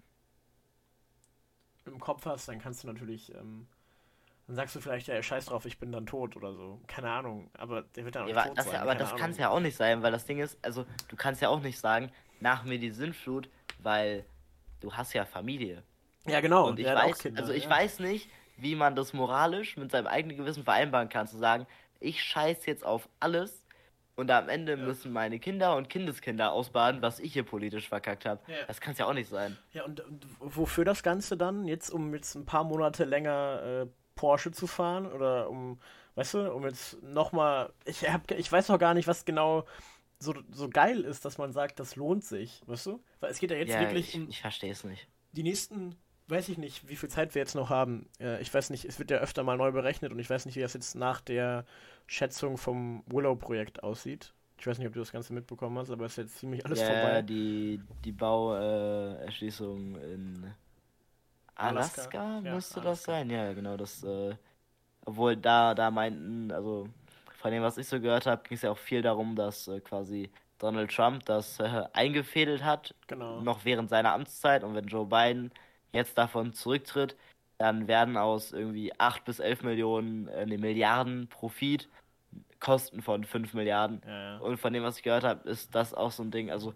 im Kopf hast, dann kannst du natürlich, dann sagst du vielleicht, ja, scheiß drauf, ich bin dann tot oder so. Keine Ahnung, aber der wird dann auch Ja, nicht tot sein, aber keine das kann es Ahnung. ja auch nicht sein, weil das Ding ist, also du kannst ja auch nicht sagen, nach mir die Sintflut, weil du hast ja Familie. Ja, genau, Und der ich hat auch weiß, also Kinder, ich ja. weiß nicht, wie man das moralisch mit seinem eigenen Gewissen vereinbaren kann, zu sagen, ich scheiß jetzt auf alles und am Ende Ja, müssen meine Kinder und Kindeskinder ausbaden, was ich hier politisch verkackt habe. ja. Das kann es ja auch nicht sein. Ja, und wofür das Ganze dann? Jetzt, um jetzt ein paar Monate länger Porsche zu fahren? Oder weißt du, um jetzt nochmal. Ich weiß noch gar nicht, was genau so geil ist, dass man sagt, das lohnt sich, weißt du? Weil es geht ja jetzt Ja, wirklich um ich verstehe es nicht. die nächsten, weiß ich nicht, wie viel Zeit wir jetzt noch haben. Ich weiß nicht, es wird ja öfter mal neu berechnet und ich weiß nicht, wie das jetzt nach der Schätzung vom Willow-Projekt aussieht. Ich weiß nicht, ob du das Ganze mitbekommen hast, aber es ist jetzt ziemlich alles Ja, vorbei. die Bauerschließung in Alaska? Alaska Ja, müsste das Alaska. sein. Ja, genau, obwohl da meinten, also von dem, was ich so gehört habe, ging es ja auch viel darum, dass quasi Donald Trump das eingefädelt hat, Genau. noch während seiner Amtszeit. Und wenn Joe Biden jetzt davon zurücktritt, dann werden aus irgendwie 8 bis 11 Millionen, ne, Milliarden Profit Kosten von 5 Milliarden. Ja, ja. Und von dem, was ich gehört habe, ist das auch so ein Ding. Also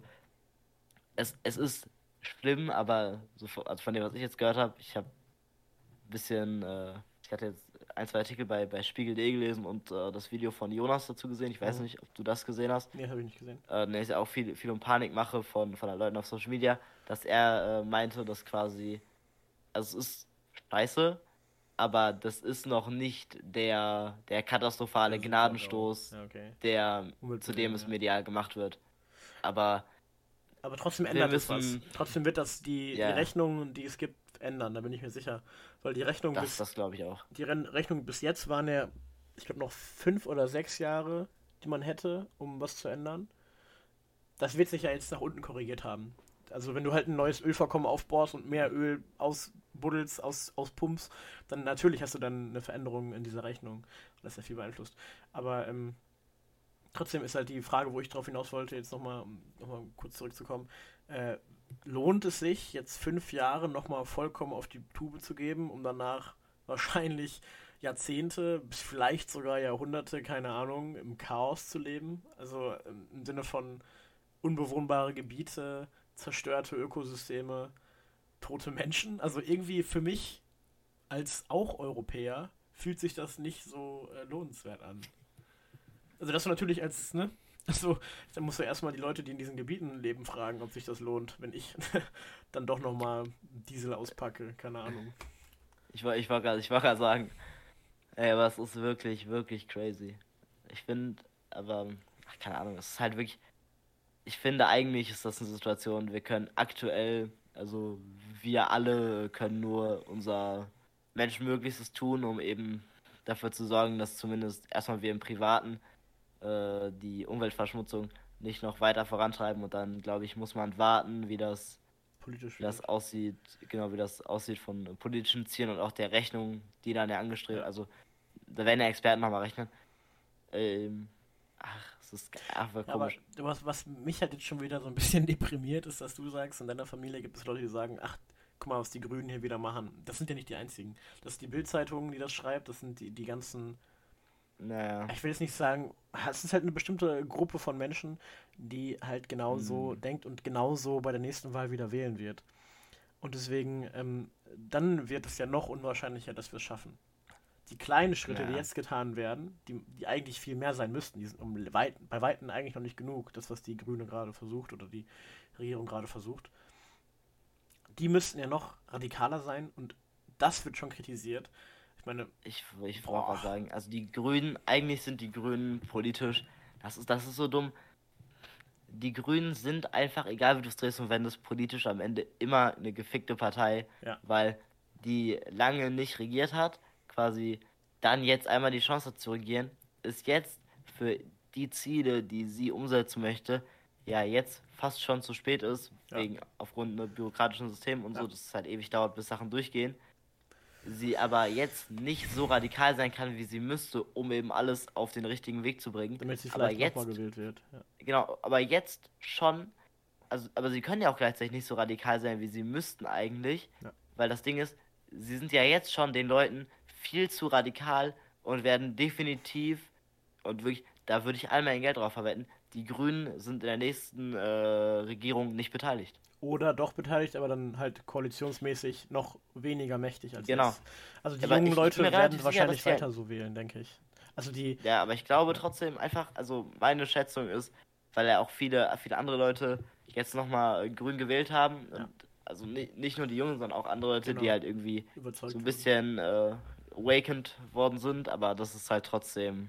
es ist schlimm, aber also von dem, was ich jetzt gehört habe, ich habe ein bisschen, ich hatte jetzt ein, zwei Artikel bei Spiegel.de gelesen und das Video von Jonas dazu gesehen. Ich weiß Mhm. nicht, ob du das gesehen hast. Nee, habe ich nicht gesehen. Ne, ist ja auch viel um Panikmache von den Leuten auf Social Media, dass er meinte, dass quasi, also es ist scheiße, aber das ist noch nicht der katastrophale Der Super-GAU. Gnadenstoß, Ja, okay. der zu dem Umweltbedingungen, es ja. medial gemacht wird. Aber Aber trotzdem wir ändert es was. müssen, Trotzdem wird das die ja, Rechnungen, die es gibt, ändern, da bin ich mir sicher. Weil die Rechnung das glaube ich auch. Rechnung bis jetzt waren ja, ich glaube, noch 5 oder 6 Jahre, die man hätte, um was zu ändern. Das wird sich ja jetzt nach unten korrigiert haben. Also wenn du halt ein neues Ölvorkommen aufbohrst und mehr Öl ausbuddelst, auspumpst, dann natürlich hast du dann eine Veränderung in dieser Rechnung. Das ist ja viel beeinflusst. Aber trotzdem ist halt die Frage, wo ich drauf hinaus wollte, jetzt nochmal, um nochmal kurz zurückzukommen, äh, lohnt es sich, jetzt 5 Jahre nochmal vollkommen auf die Tube zu geben, um danach wahrscheinlich Jahrzehnte, bis vielleicht sogar Jahrhunderte, keine Ahnung, im Chaos zu leben? Also im Sinne von unbewohnbare Gebiete, zerstörte Ökosysteme, tote Menschen. Also irgendwie für mich als auch Europäer fühlt sich das nicht so lohnenswert an. Also das natürlich als, ne? Also, dann musst du erstmal die Leute, die in diesen Gebieten leben, fragen, ob sich das lohnt, wenn ich dann doch nochmal Diesel auspacke. Keine Ahnung. Ich war gerade sagen, ey, aber es ist wirklich, wirklich crazy. Ich finde, aber, ach, keine Ahnung, es ist halt wirklich, ich finde eigentlich ist das eine Situation, wir können aktuell, also wir alle können nur unser Menschenmöglichstes tun, um eben dafür zu sorgen, dass zumindest erstmal wir im Privaten die Umweltverschmutzung nicht noch weiter vorantreiben und dann, glaube ich, muss man warten, Politisch wie das wird. aussieht, genau wie das aussieht von politischen Zielen und auch der Rechnung, die dann ja angestrebt, Ja. also da werden ja Experten nochmal rechnen. Ähm, ach, es ist einfach Ja, aber komisch. was mich halt jetzt schon wieder so ein bisschen deprimiert ist, dass du sagst, in deiner Familie gibt es Leute, die sagen, ach, guck mal, was die Grünen hier wieder machen. Das sind ja nicht die einzigen. Das ist die Bild-Zeitung, die das schreibt, das sind die ganzen, Naja. ich will jetzt nicht sagen, es ist halt eine bestimmte Gruppe von Menschen, die halt genauso Hm. denkt und genauso bei der nächsten Wahl wieder wählen wird. Und deswegen, dann wird es ja noch unwahrscheinlicher, dass wir es schaffen. Die kleinen Schritte, die Ja. jetzt getan werden, die eigentlich viel mehr sein müssten, die sind bei Weitem eigentlich noch nicht genug, das, was die Grüne gerade versucht oder die Regierung gerade versucht, die müssten ja noch radikaler sein und das wird schon kritisiert. Ich meine, Ich wollte boah, gerade sagen, also die Grünen, eigentlich sind die Grünen politisch, das ist so dumm. Die Grünen sind einfach, egal wie du es drehst und wendest, politisch am Ende immer eine gefickte Partei, ja, weil die lange nicht regiert hat, quasi dann jetzt einmal die Chance hat zu regieren, ist jetzt für die Ziele, die sie umsetzen möchte, ja jetzt fast schon zu spät ist, ja, aufgrund einer bürokratischen System und ja. so, dass es halt ewig dauert, bis Sachen durchgehen. Sie aber jetzt nicht so radikal sein kann, wie sie müsste, um eben alles auf den richtigen Weg zu bringen. Damit sie Aber vielleicht nochmal jetzt, gewählt wird. Ja. genau, aber jetzt schon, also, aber sie können ja auch gleichzeitig nicht so radikal sein, wie sie müssten eigentlich, Ja. weil das Ding ist, sie sind ja jetzt schon den Leuten viel zu radikal und werden definitiv, und wirklich, da würde ich all mein Geld drauf verwetten, die Grünen sind in der nächsten Regierung nicht beteiligt. Oder doch beteiligt, aber dann halt koalitionsmäßig noch weniger mächtig als Genau. jetzt. Also die Aber jungen ich bin mir Leute werden relativ sicher, dass wahrscheinlich die halt. weiter so wählen, denke ich. Also die, Ja, aber ich glaube ja, trotzdem einfach, also meine Schätzung ist, weil ja auch viele andere Leute jetzt nochmal grün gewählt haben ja, und also nicht nur die Jungen, sondern auch andere Leute, die genau, halt irgendwie so ein überzeugt wurden. bisschen awakened worden sind, aber das ist halt trotzdem.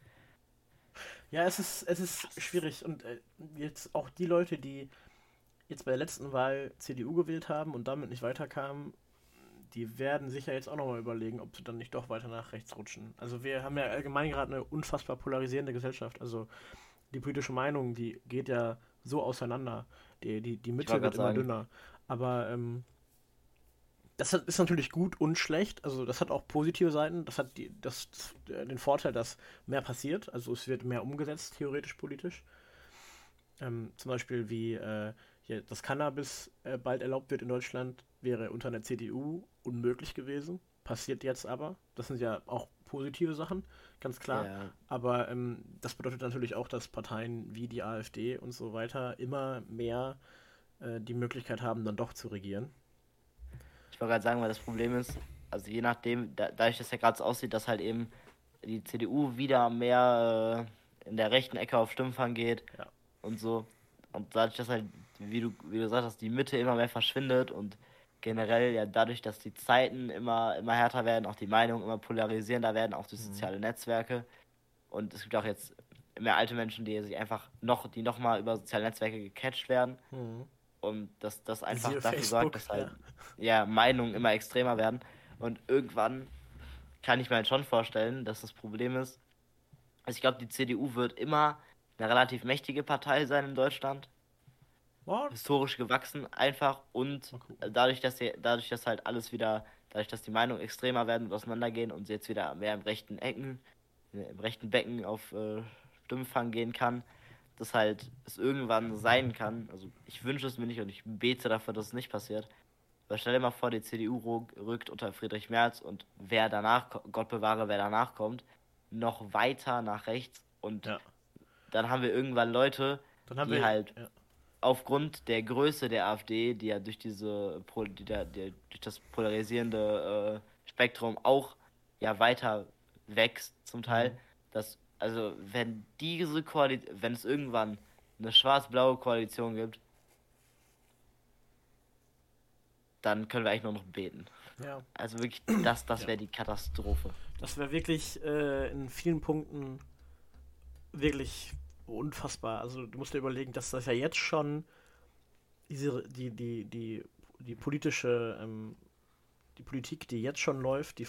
Ja, es ist schwierig. Und jetzt auch die Leute, die jetzt bei der letzten Wahl CDU gewählt haben und damit nicht weiterkamen, die werden sicher jetzt auch nochmal überlegen, ob sie dann nicht doch weiter nach rechts rutschen. Also wir haben ja allgemein gerade eine unfassbar polarisierende Gesellschaft. Also die politische Meinung, die geht ja so auseinander. Die Ich Mitte wollte wird gerade immer sagen, dünner. Aber ist natürlich gut und schlecht. Also das hat auch positive Seiten. Das hat den Vorteil, dass mehr passiert. Also es wird mehr umgesetzt, theoretisch politisch. Zum Beispiel wie hier das Cannabis bald erlaubt wird in Deutschland, wäre unter einer CDU unmöglich gewesen. Passiert jetzt aber. Das sind ja auch positive Sachen, ganz klar. ja, Aber das bedeutet natürlich auch, dass Parteien wie die AfD und so weiter immer mehr die Möglichkeit haben, dann doch zu regieren. ich wollte gerade sagen, weil das Problem ist, also je nachdem, dadurch, dass ja gerade so aussieht, dass halt eben die CDU wieder mehr in der rechten Ecke auf Stimmfang geht Ja. und so. Und dadurch, dass halt, wie du gesagt hast, die Mitte immer mehr verschwindet und generell ja dadurch, dass die Zeiten immer härter werden, auch die Meinungen immer polarisierender werden, auch durch Mhm. soziale Netzwerke. Und es gibt auch jetzt mehr alte Menschen, die sich einfach die noch mal über soziale Netzwerke gecatcht werden. Mhm. Und dass das einfach Siehe dafür sorgt, Facebook, dass halt ja. ja Meinungen immer extremer werden. Und irgendwann kann ich mir halt schon vorstellen, dass das Problem ist, also ich glaube, die CDU wird immer eine relativ mächtige Partei sein in Deutschland, Oh, historisch gewachsen einfach und mal gucken. dadurch, dass halt alles wieder, dadurch, dass die Meinungen extremer werden und auseinandergehen und sie jetzt wieder mehr im rechten Becken auf Stimmfang gehen kann, dass halt es irgendwann sein kann. Also ich wünsche es mir nicht und ich bete dafür, dass es nicht passiert. Weil stell dir mal vor, die CDU rückt unter Friedrich Merz und wer danach, Gott bewahre, wer danach kommt, noch weiter nach rechts und Ja. dann haben wir irgendwann Leute, Dann haben die wir, halt ja. aufgrund der Größe der AfD, die ja durch durch das polarisierende Spektrum auch ja weiter wächst zum Teil, Mhm. dass also wenn es irgendwann eine schwarz-blaue Koalition gibt, dann können wir eigentlich nur noch beten. Ja. Also wirklich, das Ja. wäre die Katastrophe. Das wäre wirklich in vielen Punkten wirklich unfassbar. Also du musst dir überlegen, dass das ja jetzt schon die politische, die Politik, die jetzt schon läuft, die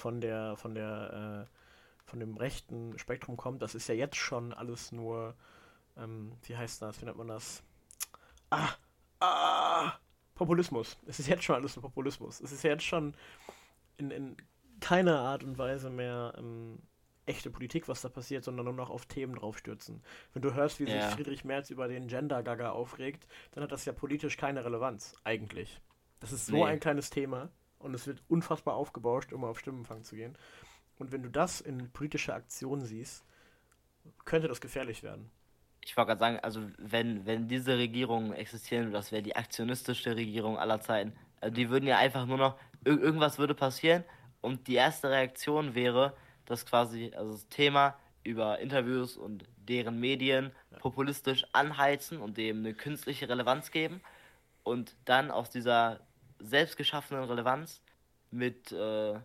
von dem rechten Spektrum kommt, das ist ja jetzt schon alles nur, wie heißt das, wie nennt man das? Ah, ah, Populismus. Es ist jetzt schon alles nur Populismus. Es ist jetzt schon in keiner Art und Weise mehr echte Politik, was da passiert, sondern nur noch auf Themen draufstürzen. Wenn du hörst, wie sich Ja, Friedrich Merz über den Gender-Gaga aufregt, dann hat das ja politisch keine Relevanz, eigentlich. Das ist so ein nee. kleines Thema und es wird unfassbar aufgebauscht, um auf Stimmenfang zu gehen. Und wenn du das in politischer Aktion siehst, könnte das gefährlich werden. Ich wollte gerade sagen, also wenn diese Regierung existieren würde, das wäre die aktionistischste Regierung aller Zeiten. Also Ja. die würden ja einfach nur noch, irgendwas würde passieren und die erste Reaktion wäre, dass quasi, also das Thema über Interviews und deren Medien Ja. populistisch anheizen und dem eine künstliche Relevanz geben und dann aus dieser selbstgeschaffenen Relevanz mit, äh,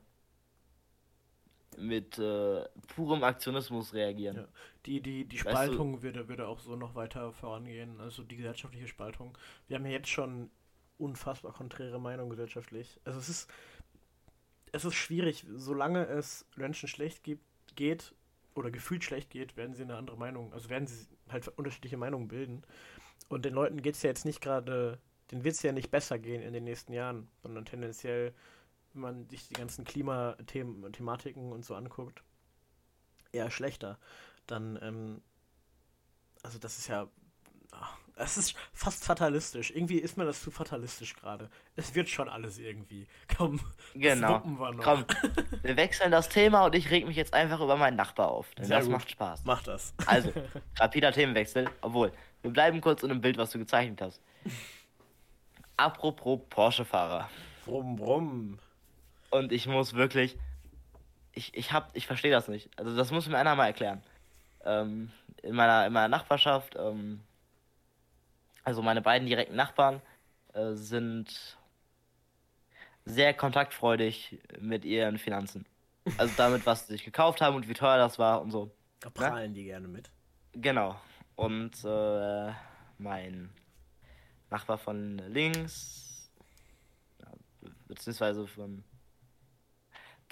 mit purem Aktionismus reagieren. Ja. Die Weißt du, Spaltung würde auch so noch weiter vorangehen, also die gesellschaftliche Spaltung. Wir haben ja jetzt schon unfassbar konträre Meinungen gesellschaftlich. Also es ist schwierig, solange es Menschen geht oder gefühlt schlecht geht, werden sie eine andere Meinung, also werden sie halt unterschiedliche Meinungen bilden. Und den Leuten geht es ja jetzt nicht gerade, denen wird es ja nicht besser gehen in den nächsten Jahren, sondern tendenziell, wenn man sich die ganzen Klimathematiken und so anguckt, eher schlechter. Dann, also das ist ja, es ist fast fatalistisch. Irgendwie ist mir das zu fatalistisch gerade. Es wird schon alles irgendwie. Komm, das genau. wuppen wir noch. Komm, wir wechseln das Thema und ich reg mich jetzt einfach über meinen Nachbar auf, denn Sehr das gut. macht Spaß. Mach das. Also, rapider Themenwechsel, obwohl, wir bleiben kurz in dem Bild, was du gezeichnet hast. Apropos Porsche-Fahrer. Brumm, brumm. Und ich muss wirklich, ich verstehe das nicht. Also, das muss mir einer mal erklären. In meiner Nachbarschaft, also meine beiden direkten Nachbarn, sind sehr kontaktfreudig mit ihren Finanzen. Also damit, was sie sich gekauft haben und wie teuer das war und so. Da Ne? prahlen die gerne mit. Genau. Und mein Nachbar von links, beziehungsweise von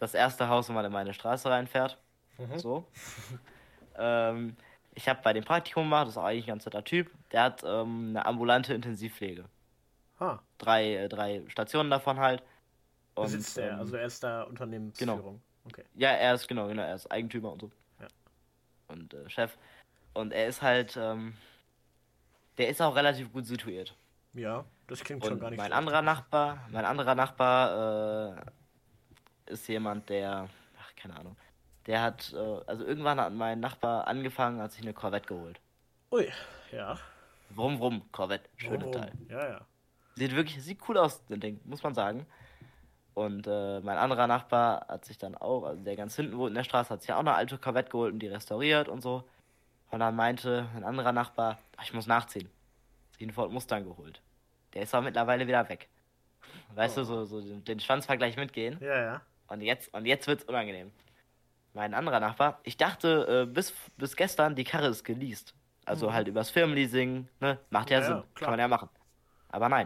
das erste Haus, wenn man in meine Straße reinfährt. Mhm. So. Ich habe bei dem Praktikum gemacht, das ist auch eigentlich ein ganz netter Typ. Der hat eine ambulante Intensivpflege. Ha. Drei Stationen davon halt. Und Besitzt er, also er ist da genau. Unternehmensführung. Okay. Ja, genau, er ist Eigentümer und so. Ja. Und Chef. Und er ist halt, der ist auch relativ gut situiert. Ja, das klingt schon gar Und nicht mein schlecht. anderer Nachbar ist jemand, der, ach, keine Ahnung, der hat, also irgendwann hat mein Nachbar angefangen, hat sich eine Corvette geholt. Ui, ja. Rum, Corvette, schönes Warum? Teil. Ja. Sieht cool aus, das Ding, muss man sagen. Und mein anderer Nachbar hat sich dann auch, also der ganz hinten wohnt in der Straße, hat sich auch eine alte Corvette geholt und die restauriert und so. Und dann meinte ein anderer Nachbar, ach, ich muss nachziehen. Hat sich einen Ford Mustang geholt. Der ist aber mittlerweile wieder weg. Weißt du, so den Schwanzvergleich mitgehen. Ja. Und jetzt wird's unangenehm. Mein anderer Nachbar, ich dachte bis gestern, die Karre ist geleast. Also halt übers Firmenleasing, ne? Macht ja Ja, Sinn. klar. Kann man ja machen. Aber nein.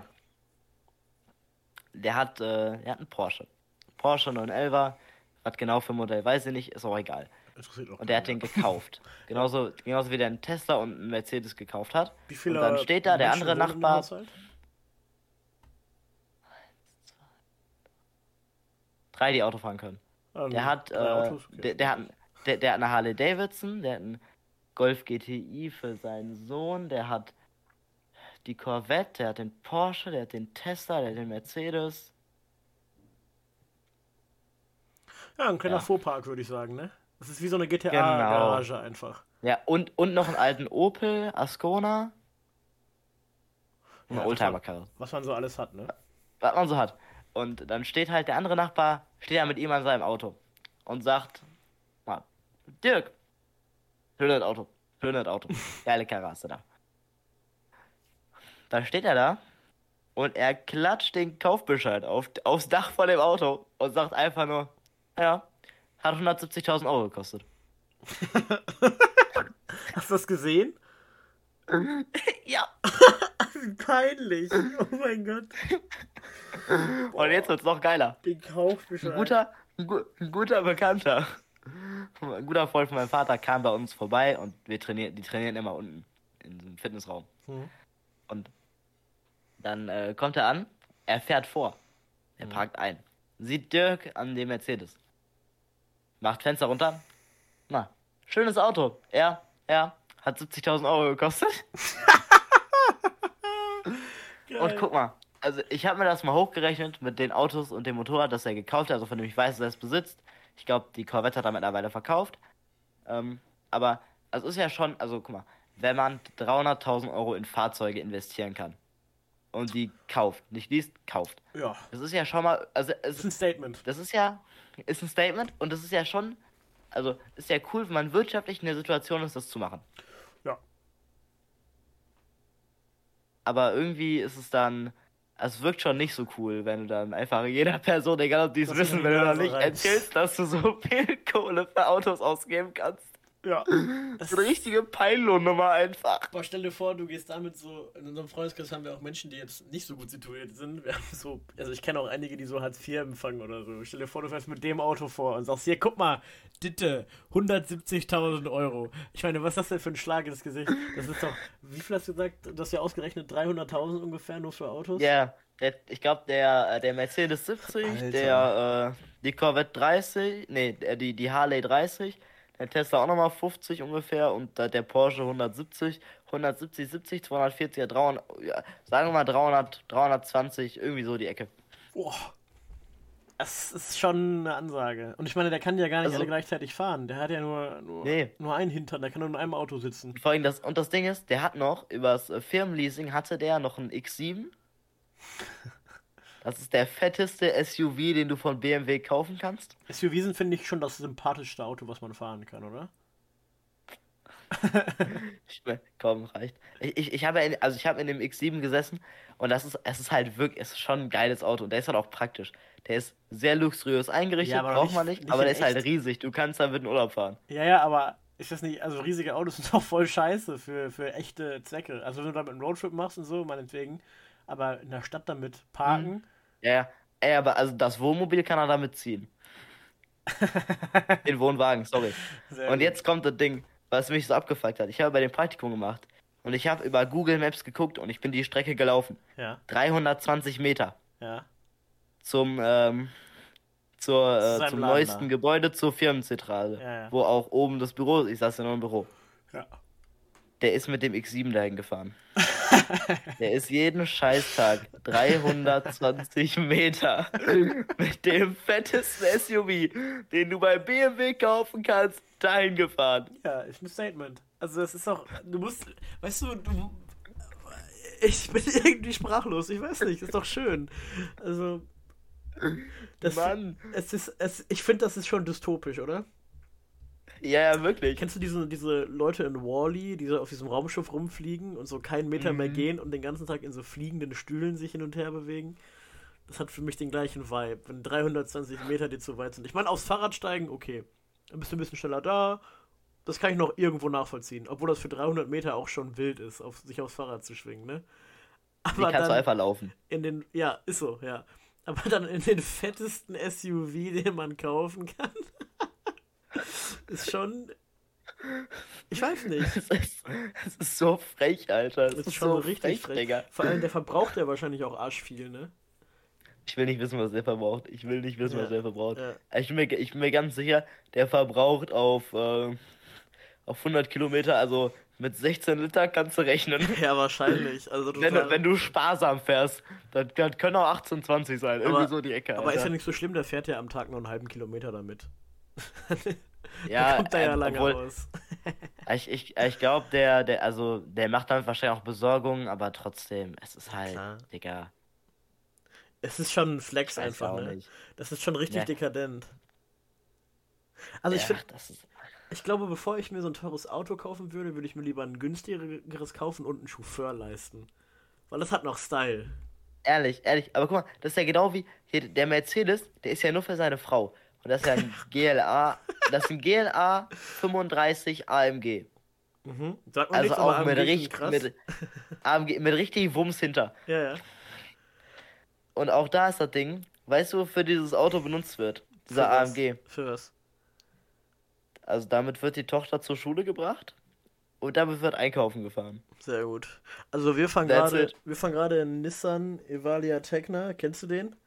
Der hat einen Porsche. Porsche 911er. Was genau für ein Modell, weiß ich nicht, ist auch egal. Interessiert auch Und der hat keinen, den gekauft. Genauso wie der einen Tesla und einen Mercedes gekauft hat. Wie viele Und dann steht da der Menschen andere wohnen im Nachbar. Haushalt? 3, die Auto fahren können. Der hat, 3 Autos? Okay. der hat eine Harley Davidson, der hat einen Golf GTI für seinen Sohn, der hat die Corvette, der hat den Porsche, der hat den Tesla, der hat den Mercedes. Ja, ein kleiner Ja, Fuhrpark, würde ich sagen, ne? Das ist wie so eine genau. GTA-Garage einfach. Ja, und noch einen alten Opel Ascona und eine Ja, Oldtimer-Karre. was man so alles hat, ne? Was man so hat. Und dann steht halt der andere Nachbar, steht ja mit ihm an seinem Auto und sagt, ah, Dirk, schönes Auto, geile Karre hast du da. Dann steht er da und er klatscht den Kaufbescheid aufs Dach von dem Auto und sagt einfach nur, ja, hat 170.000 Euro gekostet. Hast du das gesehen? Ja. Peinlich. Oh mein Gott. Und jetzt wird's noch geiler. Den Kaufbescheid. Ein guter Bekannter, ein guter Freund von meinem Vater kam bei uns vorbei und die trainieren immer unten in so einem Fitnessraum. Und dann kommt er an, er fährt vor, er parkt ein, sieht Dirk an dem Mercedes, macht Fenster runter, na, schönes Auto, ja, hat 70.000 Euro gekostet. Geil. Und guck mal, also ich habe mir das mal hochgerechnet mit den Autos und dem Motorrad, das er gekauft hat, also von dem ich weiß, dass er es besitzt. Ich glaube, die Corvette hat er mittlerweile verkauft. Aber also ist ja schon, also guck mal, wenn man 300.000 Euro in Fahrzeuge investieren kann und die kauft, nicht liest, kauft. Ja. Das ist ja schon mal, also Das ist ein Statement. das ist ein Statement und das ist ja schon, also ist ja cool, wenn man wirtschaftlich in der Situation ist, das zu machen. Ja. Aber irgendwie ist es dann, es wirkt schon nicht so cool, wenn du dann einfach jeder Person, egal ob die es Das wissen in die will oder Nase nicht, reibst. erzählst, dass du so viel Kohle für Autos ausgeben kannst. Ja. Das ist eine richtige Peillohnnummer einfach. Boah, stell dir vor, du gehst damit so, in unserem Freundeskreis haben wir auch Menschen, die jetzt nicht so gut situiert sind. Wir haben so, also ich kenne auch einige, die so Hartz IV empfangen oder so. Stell dir vor, du fährst mit dem Auto vor und sagst, hier, guck mal, Ditte, 170.000 Euro. Ich meine, was ist das denn für ein Schlag ins Gesicht? Das ist doch, wie viel hast du gesagt? Du hast ja ausgerechnet 300.000 ungefähr nur für Autos? Ja, ich glaube, der Mercedes 70, Alter. die Corvette 30, nee, die Harley 30, der Tesla auch nochmal 50 ungefähr und der Porsche 170, 70, 240, 300, ja, sagen wir mal 320, irgendwie so die Ecke. Boah. Das ist schon eine Ansage. Und ich meine, der kann ja gar nicht Also- alle gleichzeitig fahren. Der hat ja Nee. nur einen Hintern, der kann nur in einem Auto sitzen. Vor allem das Ding ist, der hat noch, übers Firmenleasing hatte der noch einen X7. Das ist der fetteste SUV, den du von BMW kaufen kannst. SUV sind, finde ich, schon das sympathischste Auto, was man fahren kann, oder? Komm, reicht. Ich habe in dem X7 gesessen und es ist halt wirklich, es ist schon ein geiles Auto und der ist halt auch praktisch. Der ist sehr luxuriös eingerichtet, Ja, aber braucht man nicht nicht, aber in der ist halt echt. riesig. Du kannst damit in Urlaub fahren. Ja, aber ist das nicht, also riesige Autos sind doch voll scheiße für echte Zwecke. Also wenn du damit einen Roadtrip machst und so, meinetwegen, aber in der Stadt damit parken, Ja, aber also das Wohnmobil kann er damit ziehen. Den Wohnwagen, sorry. Sehr Und gut. jetzt kommt das Ding, was mich so abgefuckt hat. Ich habe bei dem Praktikum gemacht und ich habe über Google Maps geguckt und ich bin die Strecke gelaufen. Ja, 320 Meter ja. zum, Zu seinem zum Laden neuesten da. Gebäude zur Firmenzentrale, Ja, ja. wo auch oben das Büro ist. Ich saß ja noch im Büro. Ja. Der ist mit dem X7 dahin gefahren. Der ist jeden Scheißtag 320 Meter mit dem fettesten SUV, den du bei BMW kaufen kannst, dahin gefahren. Ja, ist ein Statement. Also das ist auch, du musst, weißt du, ich bin irgendwie sprachlos, ich weiß nicht, ist doch schön. Also, das, Mann. ich finde, das ist schon dystopisch, oder? Ja, ja, wirklich. Kennst du diese Leute in Wall-E, die so auf diesem Raumschiff rumfliegen und so keinen Meter mehr Mhm. gehen und den ganzen Tag in so fliegenden Stühlen sich hin und her bewegen? Das hat für mich den gleichen Vibe, wenn 320 Meter dir zu weit sind. Ich meine, aufs Fahrrad steigen, okay. Dann bist du ein bisschen schneller da. Das kann ich noch irgendwo nachvollziehen. Obwohl das für 300 Meter auch schon wild ist, sich aufs Fahrrad zu schwingen, ne? Die Aber kannst du dann einfach laufen. ja, ist so, ja. Aber dann in den fettesten SUV, den man kaufen kann, ist schon, ich weiß nicht. Es ist so frech, Alter. Es Das ist ist schon so richtig frech, frech. Digga. Vor allem, der verbraucht ja wahrscheinlich auch arsch viel, ne? Ich will nicht wissen, was der verbraucht. Ich will nicht wissen, was Ja, der verbraucht. ja. Ich bin mir ganz sicher, der verbraucht auf 100 Kilometer, also mit 16 Liter kannst du rechnen. Ja, wahrscheinlich. Also total. Wenn du sparsam fährst, dann können auch 18, 20 sein. Irgendwie aber, so die Ecke, aber ist ja Alter. nicht so schlimm, der fährt ja am Tag nur einen halben Kilometer damit. Der Ja, kommt da ja lange obwohl, aus. ich glaube, also, der macht damit wahrscheinlich auch Besorgungen, aber trotzdem, es ist halt, Klar. Digga, Es ist schon ein ich Flex weiß ja einfach, auch ne? nicht. Das ist schon richtig Ne, dekadent. Also ich ja, finde, das ist, ich glaube, bevor ich mir so ein teures Auto kaufen würde, würde ich mir lieber ein günstigeres kaufen und einen Chauffeur leisten. Weil das hat noch Style. ehrlich, aber guck mal, das ist ja genau wie, hier, der Mercedes, der ist ja nur für seine Frau. Und das ist ja ein GLA, das ist ein GLA 35 AMG. Mhm. Sagt man Also nichts, aber auch mit AMG klingt richtig, krass. mit richtig Wumms hinter. Ja, ja. Und auch da ist das Ding, weißt du, wofür dieses Auto benutzt wird? Für Dieser was? AMG. Für was? Also damit wird die Tochter zur Schule gebracht und damit wird einkaufen gefahren. Sehr gut. Also That's it. wir fahren gerade in Nissan Evalia Tecna. Kennst du den?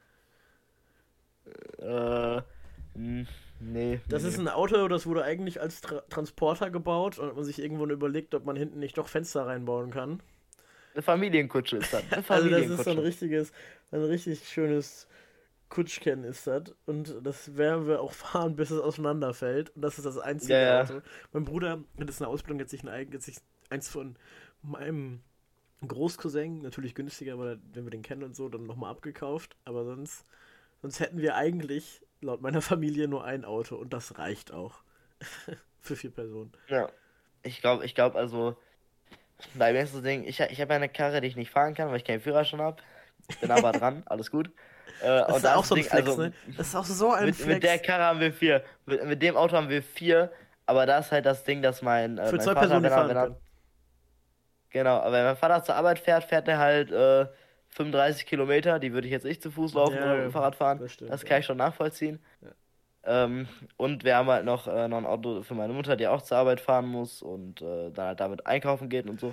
Äh, nee, Das ist nee. ein Auto, das wurde eigentlich als Transporter gebaut und hat man sich irgendwann überlegt, ob man hinten nicht doch Fenster reinbauen kann. Eine Familienkutsche ist das. Eine Also das ist so Familienkutsche. ein richtig schönes Kutschken ist das. Und das werden wir auch fahren, bis es auseinanderfällt. Und das ist das Ja, einzige ja. Auto. Mein Bruder hat jetzt eine Ausbildung, jetzt sich eins von meinem Großcousin, natürlich günstiger, weil wenn wir den kennen und so, dann nochmal abgekauft. Aber sonst hätten wir eigentlich, laut meiner Familie, nur ein Auto. Und das reicht auch. Für 4 Personen. Ja. Also, bei mir ist das Ding, ich habe ja eine Karre, die ich nicht fahren kann, weil ich keinen Führerschein habe. Bin aber dran, alles gut. Das Und ist ja da auch ist so das ein Ding, Flex, also ne? Das ist auch so ein mit der Flex. Karre haben wir vier. Mit dem Auto haben wir vier, aber da ist halt das Ding, dass Für mein zwei Vater, Personen, die fahren wenn er, können. genau, aber wenn mein Vater zur Arbeit fährt, fährt er halt 35 Kilometer, die würde ich jetzt nicht zu Fuß laufen oder mit Ja, dem Fahrrad fahren. das stimmt. Das Ja. kann ich schon nachvollziehen. Ja. Und wir haben halt noch ein Auto für meine Mutter, die auch zur Arbeit fahren muss und dann halt damit einkaufen geht und so.